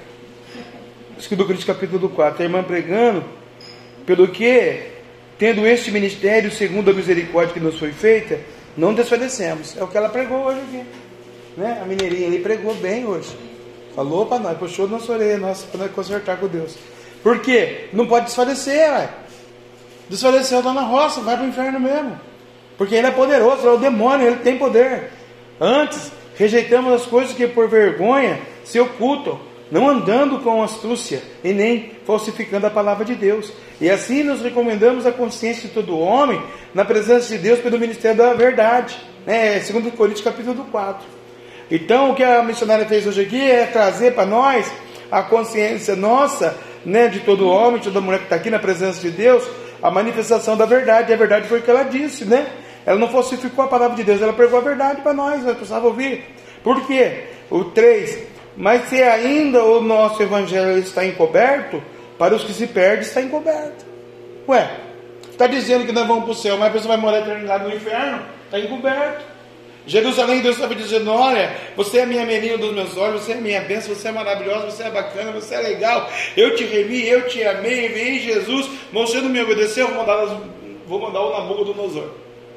Isso que do Coríntios capítulo quatro. A irmã pregando, pelo que, tendo este ministério, segundo a misericórdia que nos foi feita, não desfalecemos. É o que ela pregou hoje aqui. Né? A mineirinha ali pregou bem hoje. Falou para nós, puxou nossa orelha, nossa, para nós consertar com Deus. Por quê? Não pode desfalecer, ué. Desfaleceu lá na roça, vai para o inferno mesmo. Porque ele é poderoso, ele é o demônio, ele tem poder. Antes, rejeitamos as coisas que por vergonha se ocultam, não andando com astúcia e nem falsificando a palavra de Deus. E assim nos recomendamos a consciência de todo homem na presença de Deus pelo ministério da verdade. Né? Segundo Coríntios capítulo quatro. Então o que a missionária fez hoje aqui é trazer para nós a consciência nossa, né, de todo homem, de toda mulher que está aqui na presença de Deus, a manifestação da verdade. E a verdade foi o que ela disse, né? Ela não falsificou a palavra de Deus, ela pregou a verdade para nós, nós precisávamos ouvir. Por quê? O três. Mas se ainda o nosso evangelho está encoberto, para os que se perdem está encoberto. Ué, está dizendo que nós vamos para o céu, mas a pessoa vai morar a eternidade no inferno? Está encoberto. Jerusalém, Deus estava dizendo: olha, você é a minha menina dos meus olhos, você é a minha bênção, você é maravilhosa, você é bacana, você é legal, eu te remi, eu te amei, enviei Jesus, mas você não me obedeceu, eu vou mandar, vou mandar o Nabucodonosor.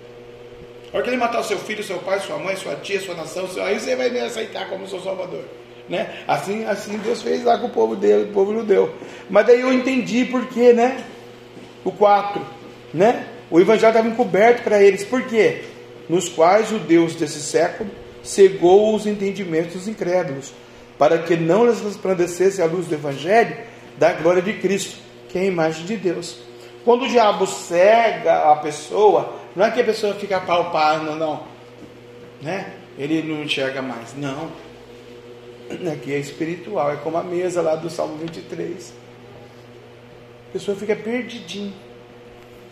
A hora que ele matar o seu filho, seu pai, sua mãe, sua tia, sua nação, seu... aí você vai me aceitar como seu salvador. Né? Assim, assim Deus fez lá com o povo dele, o povo judeu. Mas daí eu entendi por quê, né? O quatro, né? O evangelho estava encoberto para eles, por quê? Nos quais o Deus desse século cegou os entendimentos dos incrédulos, para que não lhes resplandecesse a luz do evangelho da glória de Cristo, que é a imagem de Deus. Quando o diabo cega a pessoa, não é que a pessoa fica palpando, não, né? Ele não enxerga mais, não. Aqui é espiritual, é como a mesa lá do Salmo vinte e três. A pessoa fica perdidinha.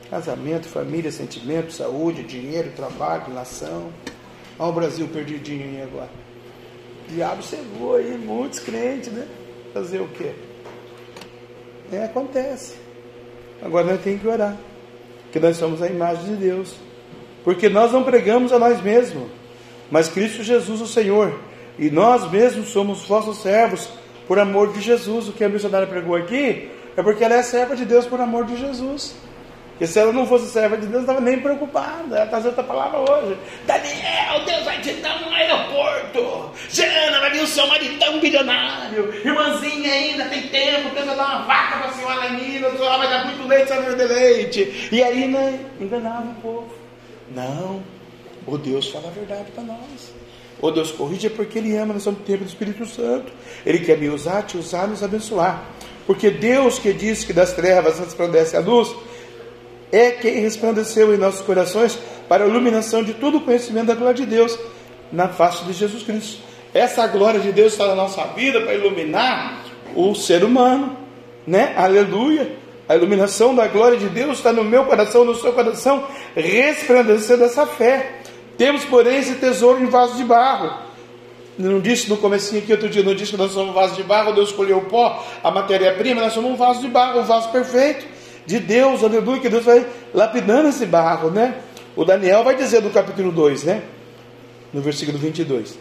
Casamento, família, sentimento, saúde, dinheiro, trabalho, nação. Olha o Brasil perdidinho aí agora. O diabo chegou aí, muitos crentes, né? Fazer o quê? É, acontece. Agora nós temos que orar, porque nós somos a imagem de Deus. Porque nós não pregamos a nós mesmos, mas Cristo Jesus o Senhor. E nós mesmos somos vossos servos por amor de Jesus. O que a missionária pregou aqui é porque ela é serva de Deus por amor de Jesus. E se ela não fosse serva de Deus, não estava nem preocupada. Ela está dizendo outra palavra hoje. Daniel, Deus vai te dar um aeroporto. Jana, vai vir o seu maridão bilionário. Irmãzinha, ainda tem tempo. Deus vai dar uma vaca para a senhora ainda. A senhora vai dar muito leite, a senhora vai ter leite. E aí, né, enganava o povo. Não, o Deus fala a verdade para nós. O Deus corrige é porque Ele ama. Nós somos templo do Espírito Santo. Ele quer me usar, te usar, nos abençoar. Porque Deus que diz que das trevas resplandece a luz, é quem resplandeceu em nossos corações para a iluminação de todo o conhecimento da glória de Deus na face de Jesus Cristo. Essa glória de Deus está na nossa vida para iluminar o ser humano, né? Aleluia! A iluminação da glória de Deus está no meu coração, no seu coração, resplandecendo essa fé. Temos, porém, esse tesouro em vaso de barro. Não disse no comecinho aqui, outro dia, não disse que nós somos um vaso de barro, Deus escolheu o pó, a matéria-prima, nós somos um vaso de barro, um vaso perfeito de Deus, aleluia, que Deus vai lapidando esse barro, né? O Daniel vai dizer no capítulo dois, né? No versículo vinte e dois.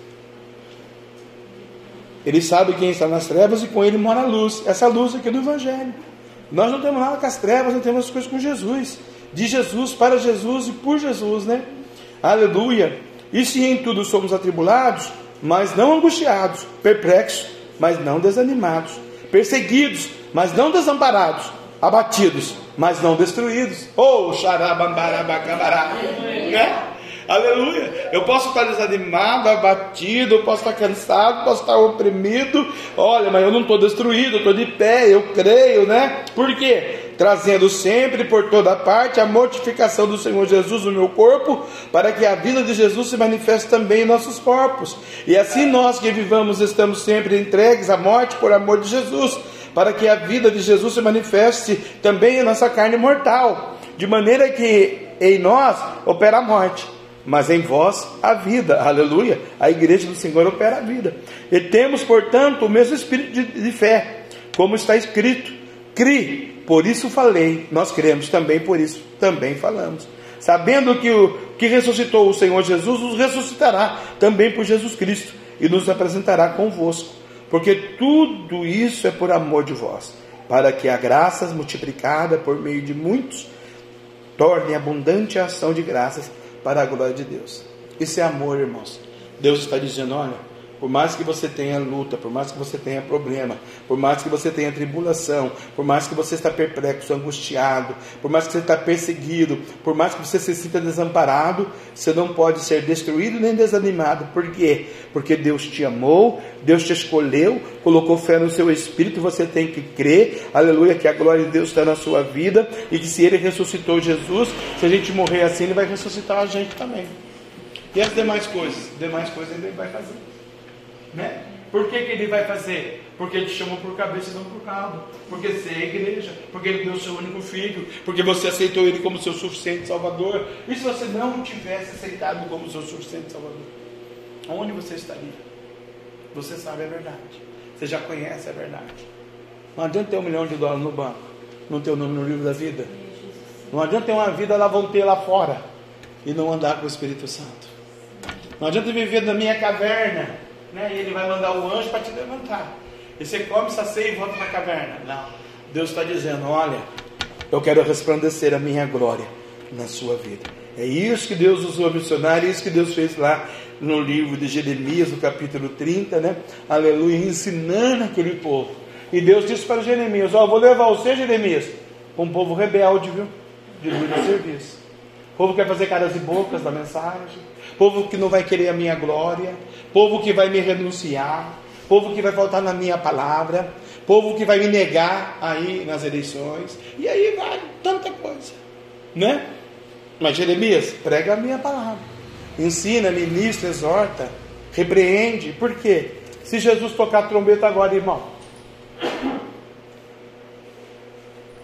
Ele sabe quem está nas trevas e com ele mora a luz. Essa luz aqui do Evangelho. Nós não temos nada com as trevas, não temos as coisas com Jesus. De Jesus, para Jesus e por Jesus, né? Aleluia. E se em tudo somos atribulados, mas não angustiados, perplexos, mas não desanimados, perseguidos, mas não desamparados, abatidos, mas não destruídos. Oh, xarabambarabacabará, né? Aleluia. Eu posso estar desanimado, abatido, eu posso estar cansado, posso estar oprimido. Olha, mas eu não estou destruído, eu estou de pé, eu creio, né? Por quê? Trazendo sempre por toda parte a mortificação do Senhor Jesus no meu corpo, para que a vida de Jesus se manifeste também em nossos corpos. E assim nós que vivamos estamos sempre entregues à morte por amor de Jesus, para que a vida de Jesus se manifeste também em nossa carne mortal, de maneira que em nós opera a morte, mas em vós a vida. Aleluia. A igreja do Senhor opera a vida. E temos, portanto, o mesmo espírito de, de fé, como está escrito: cri, por isso falei. Nós cremos também, por isso também falamos, sabendo que o que ressuscitou o Senhor Jesus nos ressuscitará também por Jesus Cristo e nos apresentará convosco, porque tudo isso é por amor de vós, para que a graça multiplicada por meio de muitos torne abundante a ação de graças para a glória de Deus. Isso é amor, irmãos. Deus está dizendo: olha, por mais que você tenha luta, por mais que você tenha problema, por mais que você tenha tribulação, por mais que você está perplexo, angustiado, por mais que você está perseguido, por mais que você se sinta desamparado, você não pode ser destruído nem desanimado. Por quê? Porque Deus te amou, Deus te escolheu, colocou fé no seu espírito. Você tem que crer, aleluia, que a glória de Deus está na sua vida, e que se Ele ressuscitou Jesus, se a gente morrer assim, Ele vai ressuscitar a gente também. E as demais coisas? As demais coisas Ele vai fazer, né? Por que que Ele vai fazer? Porque Ele te chamou por cabeça e não por cauda. Porque você é igreja, porque Ele deu o seu único filho, porque você aceitou Ele como seu suficiente Salvador. E se você não tivesse aceitado como seu suficiente Salvador, onde você estaria? Você sabe a verdade, você já conhece a verdade. Não adianta ter um milhão de dólares no banco, não ter o nome no livro da vida. Não adianta ter uma vida lá, vão ter lá fora, e não andar com o Espírito Santo. Não adianta viver na minha caverna, né? E Ele vai mandar o anjo para te levantar, e você come, sacia e volta na caverna. Não, Deus está dizendo: olha, eu quero resplandecer a minha glória na sua vida. É isso que Deus usou a missionária, é isso que Deus fez lá no livro de Jeremias, no capítulo trinta, né? Aleluia, ensinando aquele povo. E Deus disse para Jeremias: ó, vou levar você, Jeremias, um povo rebelde, viu? De muito serviço. Povo que vai fazer caras e bocas da mensagem, povo que não vai querer a minha glória, povo que vai me renunciar, povo que vai faltar na minha palavra, povo que vai me negar aí nas eleições, e aí vai tanta coisa, né? Mas Jeremias, prega a minha palavra, ensina, ministra, exorta, repreende. Por quê? Se Jesus tocar a trombeta agora, irmão,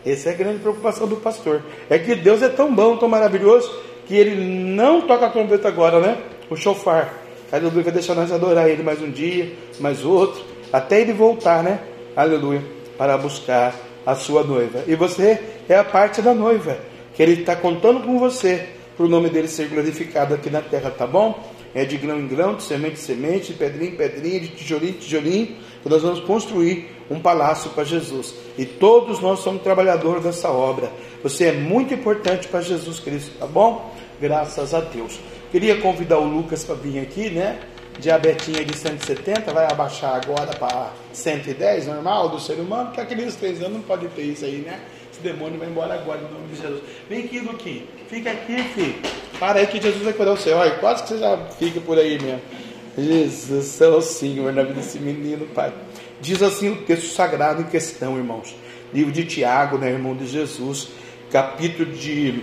Essa é a grande preocupação do pastor. É que Deus é tão bom, tão maravilhoso, que Ele não toca a trombeta agora, né? O shofar. Aleluia, vai deixar nós adorar Ele mais um dia, mais outro, até Ele voltar, né? Aleluia, para buscar a sua noiva. E você é a parte da noiva, que Ele está contando com você, para o nome dEle ser glorificado aqui na terra, tá bom? É de grão em grão, de semente em semente, de pedrinha em pedrinha, de tijolinho em tijolinho, que nós vamos construir um palácio para Jesus. E todos nós somos trabalhadores dessa obra. Você é muito importante para Jesus Cristo, tá bom? Graças a Deus. Queria convidar o Lucas para vir aqui, né? Diabetinha de cento e setenta, vai abaixar agora para cento e dez, normal do ser humano, porque aqueles três anos não pode ter isso aí, né? Esse demônio vai embora agora, em nome de Jesus. Vem aqui, Luquinho. Fica aqui, filho. Para aí que Jesus vai cuidar o seu. Olha, quase que você já fica por aí mesmo. Jesus, céu, Senhor, na vida desse menino, Pai. Diz assim o texto sagrado em questão, irmãos. Livro de Tiago, né, irmão de Jesus, capítulo de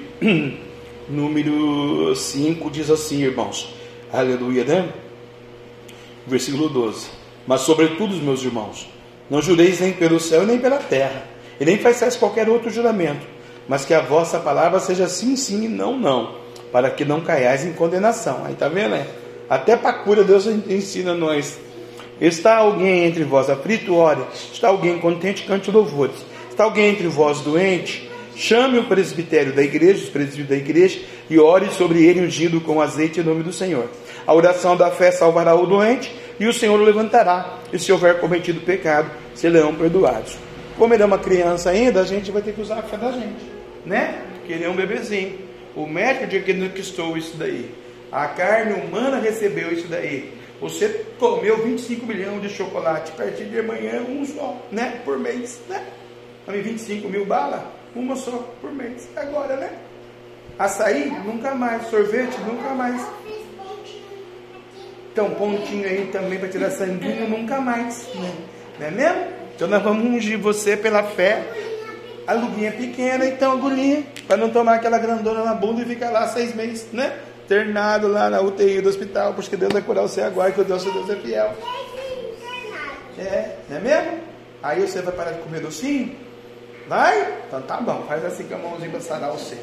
número cinco, diz assim, irmãos. Aleluia, né? Versículo doze. Mas sobretudo, meus irmãos, não jureis nem pelo céu nem pela terra, e nem façais qualquer outro juramento, mas que a vossa palavra seja sim, sim e não, não, para que não caiais em condenação. Aí tá vendo, né? Até para cura Deus ensina nós. Está alguém entre vós aflito? Ore. Está alguém contente? Cante louvores. Está alguém entre vós doente? Chame o presbitério da igreja, os presbíteros da igreja, e ore sobre ele ungido com azeite em nome do Senhor. A oração da fé salvará o doente, e o Senhor o levantará, e se houver cometido pecado, serão perdoados. Como ele é uma criança ainda, a gente vai ter que usar a fé da gente, né? Porque ele é um bebezinho. O médico diagnosticou isso daí. A carne humana recebeu isso daí. Você comeu vinte e cinco milhões de chocolate, a partir de amanhã um só, né? Por mês, né? vinte e cinco mil balas, uma só por mês. Agora, né? Açaí, nunca mais. Sorvete, nunca mais. Então, pontinho aí também para tirar sanguinho, nunca mais, né? Não é mesmo? Então nós vamos ungir você pela fé. A luvinha pequena, então, agulhinha, para não tomar aquela grandona na bunda e ficar lá seis meses, né? Internado lá na U T I do hospital, porque Deus vai curar você agora, que o Deus, Deus é fiel. É, não é mesmo? Aí você vai parar de comer docinho? Vai? Então tá bom, faz assim com a mãozinha para sarar você.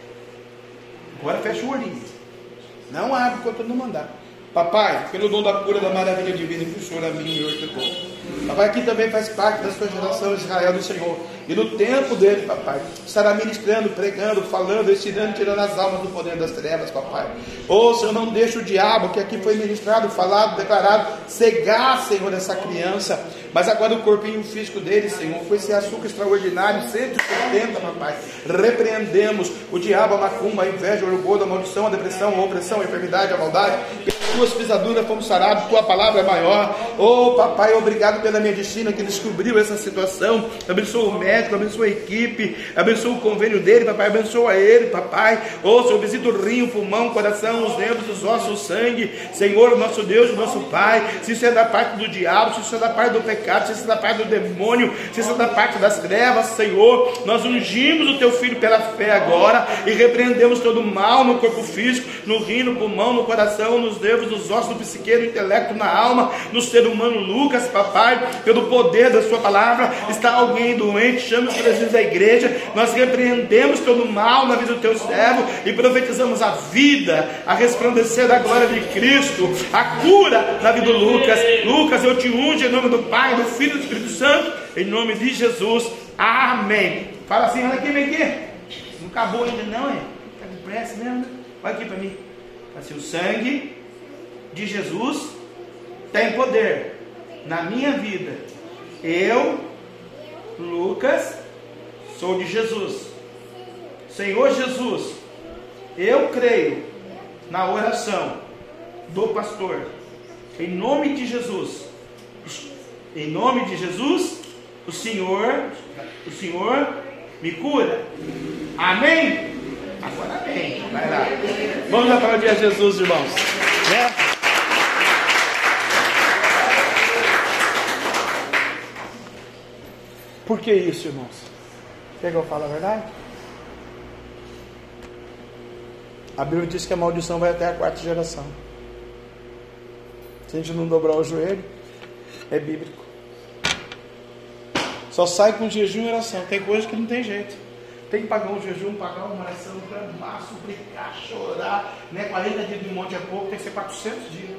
Agora fecha o olhinho. Não abre enquanto eu não mandar. Papai, pelo dom da cura da maravilha divina que o Senhor a mim e eu te dou. Papai, aqui também faz parte da sua geração, Israel do Senhor. E no tempo dele, papai, estará ministrando, pregando, falando, ensinando, tirando as almas do poder das trevas, papai. Ô, Senhor, não deixa o diabo, que aqui foi ministrado, falado, declarado, cegar, Senhor, essa criança. Mas agora o corpinho físico dele, Senhor, foi esse açúcar extraordinário, cento e setenta, papai. Repreendemos o diabo, a macumba, a inveja, o orgulho, a maldição, a depressão, a opressão, a enfermidade, a maldade. Pelas tuas pisaduras fomos sarados, tua palavra é maior. Ô, papai, obrigado pela medicina que descobriu essa situação. Abençoa o médico, abençoa a equipe, abençoa o convênio dele, papai, abençoa ele, papai. Ô, Senhor, visita o rim, o pulmão, o coração, os nervos, os ossos, o sangue. Senhor, nosso Deus, nosso Pai, se isso é da parte do diabo, se isso é da parte do pecado, se isso é da parte do demônio, se isso é da parte das trevas, Senhor, nós ungimos o teu filho pela fé agora e repreendemos todo o mal no corpo físico, no rim, no pulmão, no coração, nos nervos, nos ossos, no psique, no intelecto, na alma, no ser humano. Lucas, papai, pelo poder da sua palavra, está alguém doente, chame os presídios da igreja, nós repreendemos todo o mal na vida do teu servo e profetizamos a vida, a resplandecer da glória de Cristo, a cura na vida do Lucas. Lucas, eu te unjo em nome do Pai, do Filho e do Espírito Santo, em nome de Jesus, amém. Fala assim, olha aqui, vem aqui, não acabou ainda não, é? Está com pressa mesmo, né? Olha aqui para mim, assim, o sangue de Jesus tem poder na minha vida. Eu, Lucas, sou de Jesus. Senhor Jesus, eu creio na oração do pastor. Em nome de Jesus, em nome de Jesus, o Senhor, o Senhor me cura. Amém? Agora amém. Vai lá. Vamos aplaudir a Jesus, irmãos. Né? Por que isso, irmãos? Quer que eu fale a verdade? A Bíblia diz que a maldição vai até a quarta geração. Se a gente não dobrar o joelho, é bíblico. Só sai com jejum e oração. Tem coisa que não tem jeito. Tem que pagar um jejum, pagar uma oração, clamar, suplicar, chorar. Né? quarenta dias de um monte é pouco, tem que ser quatrocentos dias.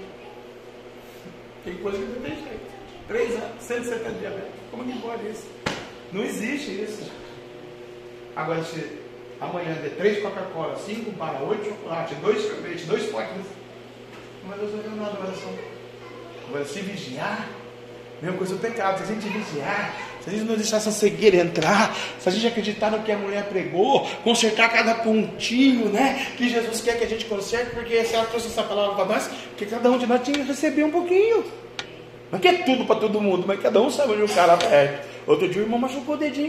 Tem coisa que não tem jeito. Três anos, cento e setenta diabetes. Como que pode isso? Não existe isso. Agora, se amanhã der três Coca-Cola, cinco bala, oito chocolate, dois sorvete, dois potes, não vai resolver nada na oração. Agora, se vigiar, mesma coisa do pecado. Se a gente vigiar, se a gente não deixar essa cegueira entrar, se a gente acreditar no que a mulher pregou, consertar cada pontinho, né? Que Jesus quer que a gente conserte, porque se ela trouxe essa palavra para nós, porque cada um de nós tinha que receber um pouquinho. Não quer tudo para todo mundo, mas cada um sabe onde o cara aperta. Outro dia o irmão machucou o dedinho.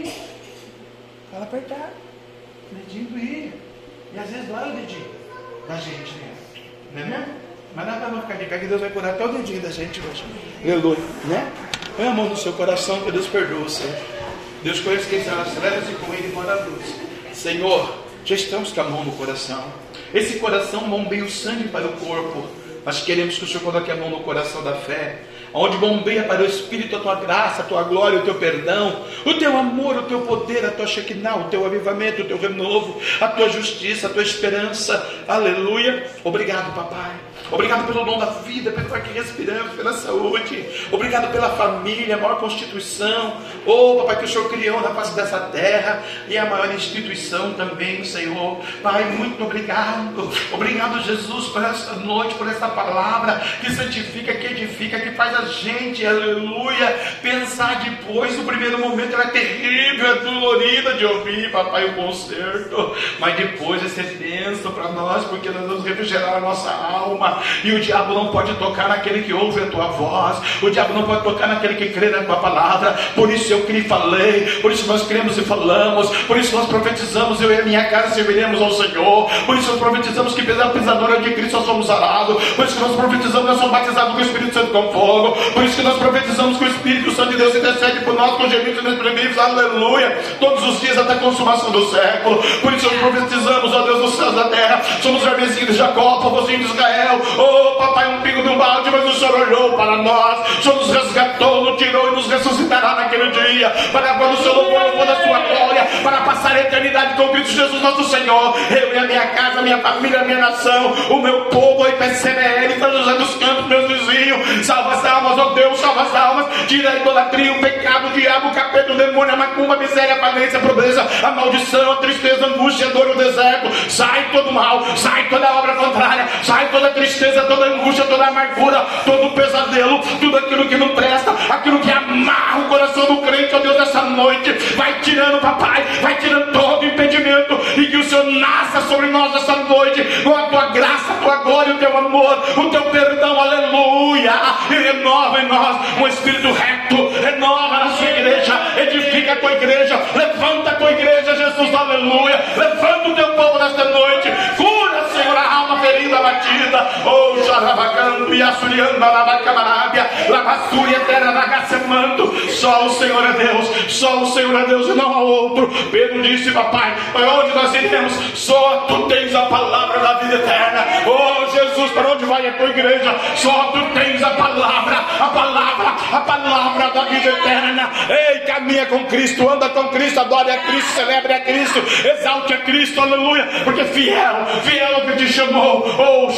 O cara apertar. O dedinho doía. E às vezes dói o dedinho da gente mesmo. Não é mesmo? Mas dá para não ficar de pé, que Deus vai curar até o dedinho da gente hoje. Aleluia. Né? Põe a mão no seu coração que Deus perdoa o Senhor. Deus conhece quem será as trevas e com ele mora a luz. Senhor, já estamos com a mão no coração. Esse coração bombeia o sangue para o corpo. Mas queremos que o Senhor coloque a mão no coração da fé, onde bombeia para o Espírito a tua graça, a tua glória, o teu perdão, o teu amor, o teu poder, a tua Shekinah, o teu avivamento, o teu renovo, a tua justiça, a tua esperança. Aleluia. Obrigado, papai. Obrigado pelo dom da vida, pelo ar que respiramos, pela saúde. Obrigado pela família, a maior constituição. Oh, papai, que o Senhor criou na face dessa terra e a maior instituição também, Senhor. Pai, muito obrigado. Obrigado, Jesus, por esta noite, por esta palavra que santifica, que edifica, que faz a gente, aleluia, pensar depois. No primeiro momento ela é terrível, é dolorida de ouvir, papai, o concerto, mas depois vai ser bênção para nós, porque nós vamos refrigerar a nossa alma. E o diabo não pode tocar naquele que ouve a tua voz. O diabo não pode tocar naquele que crê na tua palavra. Por isso eu criei e falei. Por isso nós cremos e falamos. Por isso nós profetizamos. Eu e a minha casa serviremos ao Senhor. Por isso nós profetizamos que pela pisadora de Cristo nós somos arados. Por isso que nós profetizamos que nós somos batizados com o Espírito Santo com fogo. Por isso que nós profetizamos que o Espírito Santo de Deus intercede por nós com gemidos inexprimíveis. Aleluia. Todos os dias até a consumação do século. Por isso nós profetizamos, ó Deus dos céus e da terra. Somos vermezinhos de Jacó, povozinho de Israel. Oh, papai, um pingo de um balde, mas o Senhor olhou para nós. O Senhor nos resgatou, nos tirou e nos ressuscitará naquele dia. Para quando o Senhor louvor, louvor da sua glória, para passar a eternidade com Cristo Jesus nosso Senhor. Eu e a minha casa, a minha família, a minha nação, o meu povo, o I P C B L, São José dos Campos, meus vizinhos. Salva as almas, ó Deus, salva as almas. Tira a idolatria, o pecado, o diabo, o capeta, o demônio, a macumba, a miséria, a falência, a pobreza, a maldição, a tristeza, a angústia, a dor, o deserto. Sai todo mal, sai toda obra contrária, sai toda tristeza, toda angústia, toda amargura, todo pesadelo, tudo aquilo que não presta, aquilo que amarra o coração do crente, ó Deus, essa noite. Vai tirando, papai, vai tirando todo impedimento, e que o Senhor nasça sobre nós essa noite, com a tua graça, a tua glória, o teu amor, o teu perdão, aleluia. E renova em nós um espírito reto, renova na sua igreja, edifica a tua igreja, levanta a tua igreja, Jesus, aleluia. Levanta o teu povo nesta noite, cura, Senhor, a alma ferida, batida. Oh, xarabacando e assuriando na labacabarábia, lavassúria, terra, lagacemanto. Só o Senhor é Deus, só o Senhor é Deus e não há outro. Pedro disse, papai, para onde nós iremos? Só tu tens a palavra da vida eterna. Oh, Jesus, para onde vai a tua igreja? Só tu tens a palavra, a palavra, a palavra da vida eterna. Ei, caminha com Cristo, anda com Cristo, adore a Cristo, celebre a Cristo, exalte a Cristo, aleluia, porque fiel, fiel é o que te chamou. Oh,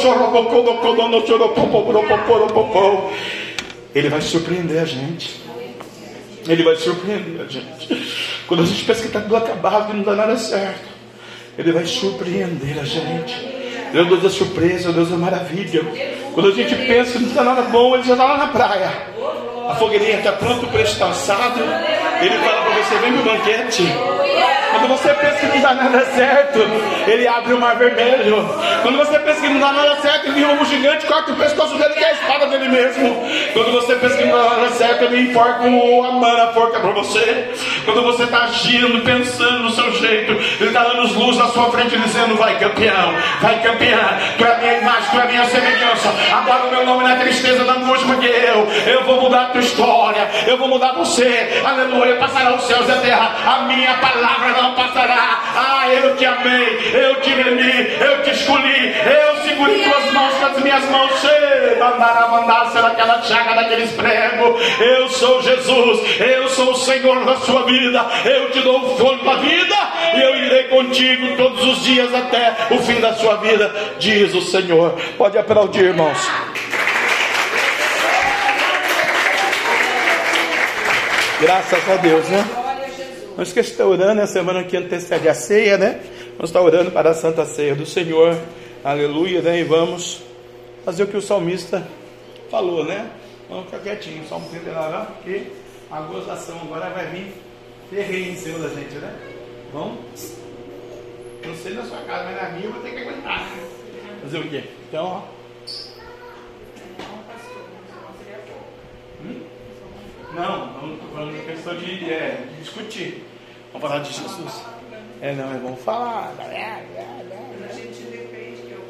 Ele vai surpreender a gente. Ele vai surpreender a gente. Quando a gente pensa que está tudo acabado e não dá nada certo, Ele vai surpreender a gente. Ele é o Deus da surpresa, é o Deus da maravilha. Quando a gente pensa que não está nada bom, Ele já está lá na praia. A fogueirinha está pronta, o preço está assado. Ele fala para você, vem pro banquete. Quando você pensa que não dá nada certo, Ele abre o mar vermelho. Quando você pensa que não dá nada certo, Ele enrola um gigante, corta o pescoço dele, que é a espada dele mesmo. Quando você pensa que não dá nada certo, Ele enforca a mana, a forca para você. Quando você está agindo, pensando no seu jeito, Ele está dando luz na sua frente, dizendo, vai campeão, vai campeão. Tu é a minha imagem, tu é a minha semelhança. Agora o meu nome não é tristeza da angústia, porque eu, eu vou mudar a tua história, eu vou mudar você. Aleluia, passará os céus e a terra, a minha palavra não passará. Ah, eu te amei, eu te remi, eu te escolhi, eu segurei tuas mãos com as minhas mãos. Mandar a mandar, será que daquela chaga, daqueles pregos. Eu sou Jesus, eu sou o Senhor da sua vida. Eu te dou o fôlego da vida e eu irei contigo todos os dias até o fim da sua vida, diz o Senhor. Pode aplaudir, irmãos. Graças a Deus, né? Não esqueça de estar orando, a semana que antecede a ceia, né? Vamos estar orando para a Santa Ceia do Senhor. Aleluia, né? E vamos fazer o que o salmista falou, né? Vamos ficar quietinho, só um pouquinho de lá, porque a gozação agora vai vir ferreira em cima da gente, né? Vamos? Não sei na sua casa, mas na minha eu vou ter que aguentar. Fazer o quê? Então, ó. Hum? Não, não estou falando de questão de, é, de discutir. Vamos falar de Jesus. É, não, é bom falar. A gente depende que eu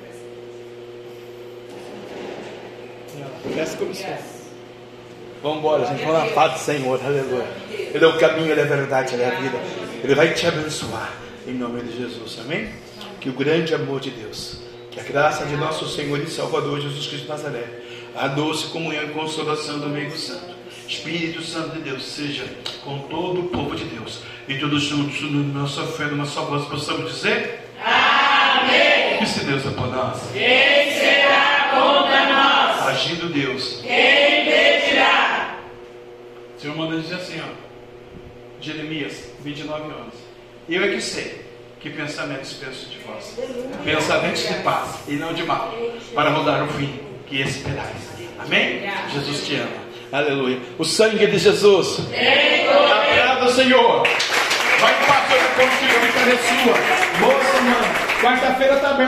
preciso. Peço comissão. Vamos embora, gente. Vamos na paz do Senhor. Aleluia. Ele é o caminho, Ele é a verdade, Ele é a vida. Ele vai te abençoar. Em nome de Jesus. Amém? Que o grande amor de Deus, que a graça de nosso Senhor e Salvador Jesus Cristo de Nazaré, a doce comunhão e consolação do meio santo, Espírito Santo de Deus, seja com todo o povo de Deus. E todos juntos, na nossa fé, numa só voz, possamos dizer: Amém! E se Deus é por nós, quem será contra nós? Agindo Deus, quem impedirá? O Senhor manda dizer assim, ó, Jeremias, vinte e nove anos. Eu é que sei que pensamentos penso de vós, pensamentos de paz e não de mal, para mudar o fim que esperais. Amém? Jesus te ama. Aleluia. O sangue de Jesus. Agrada o Senhor. Vai em paz, eu contigo, a vitória é sua. Moça, mano. Quarta-feira tá bem.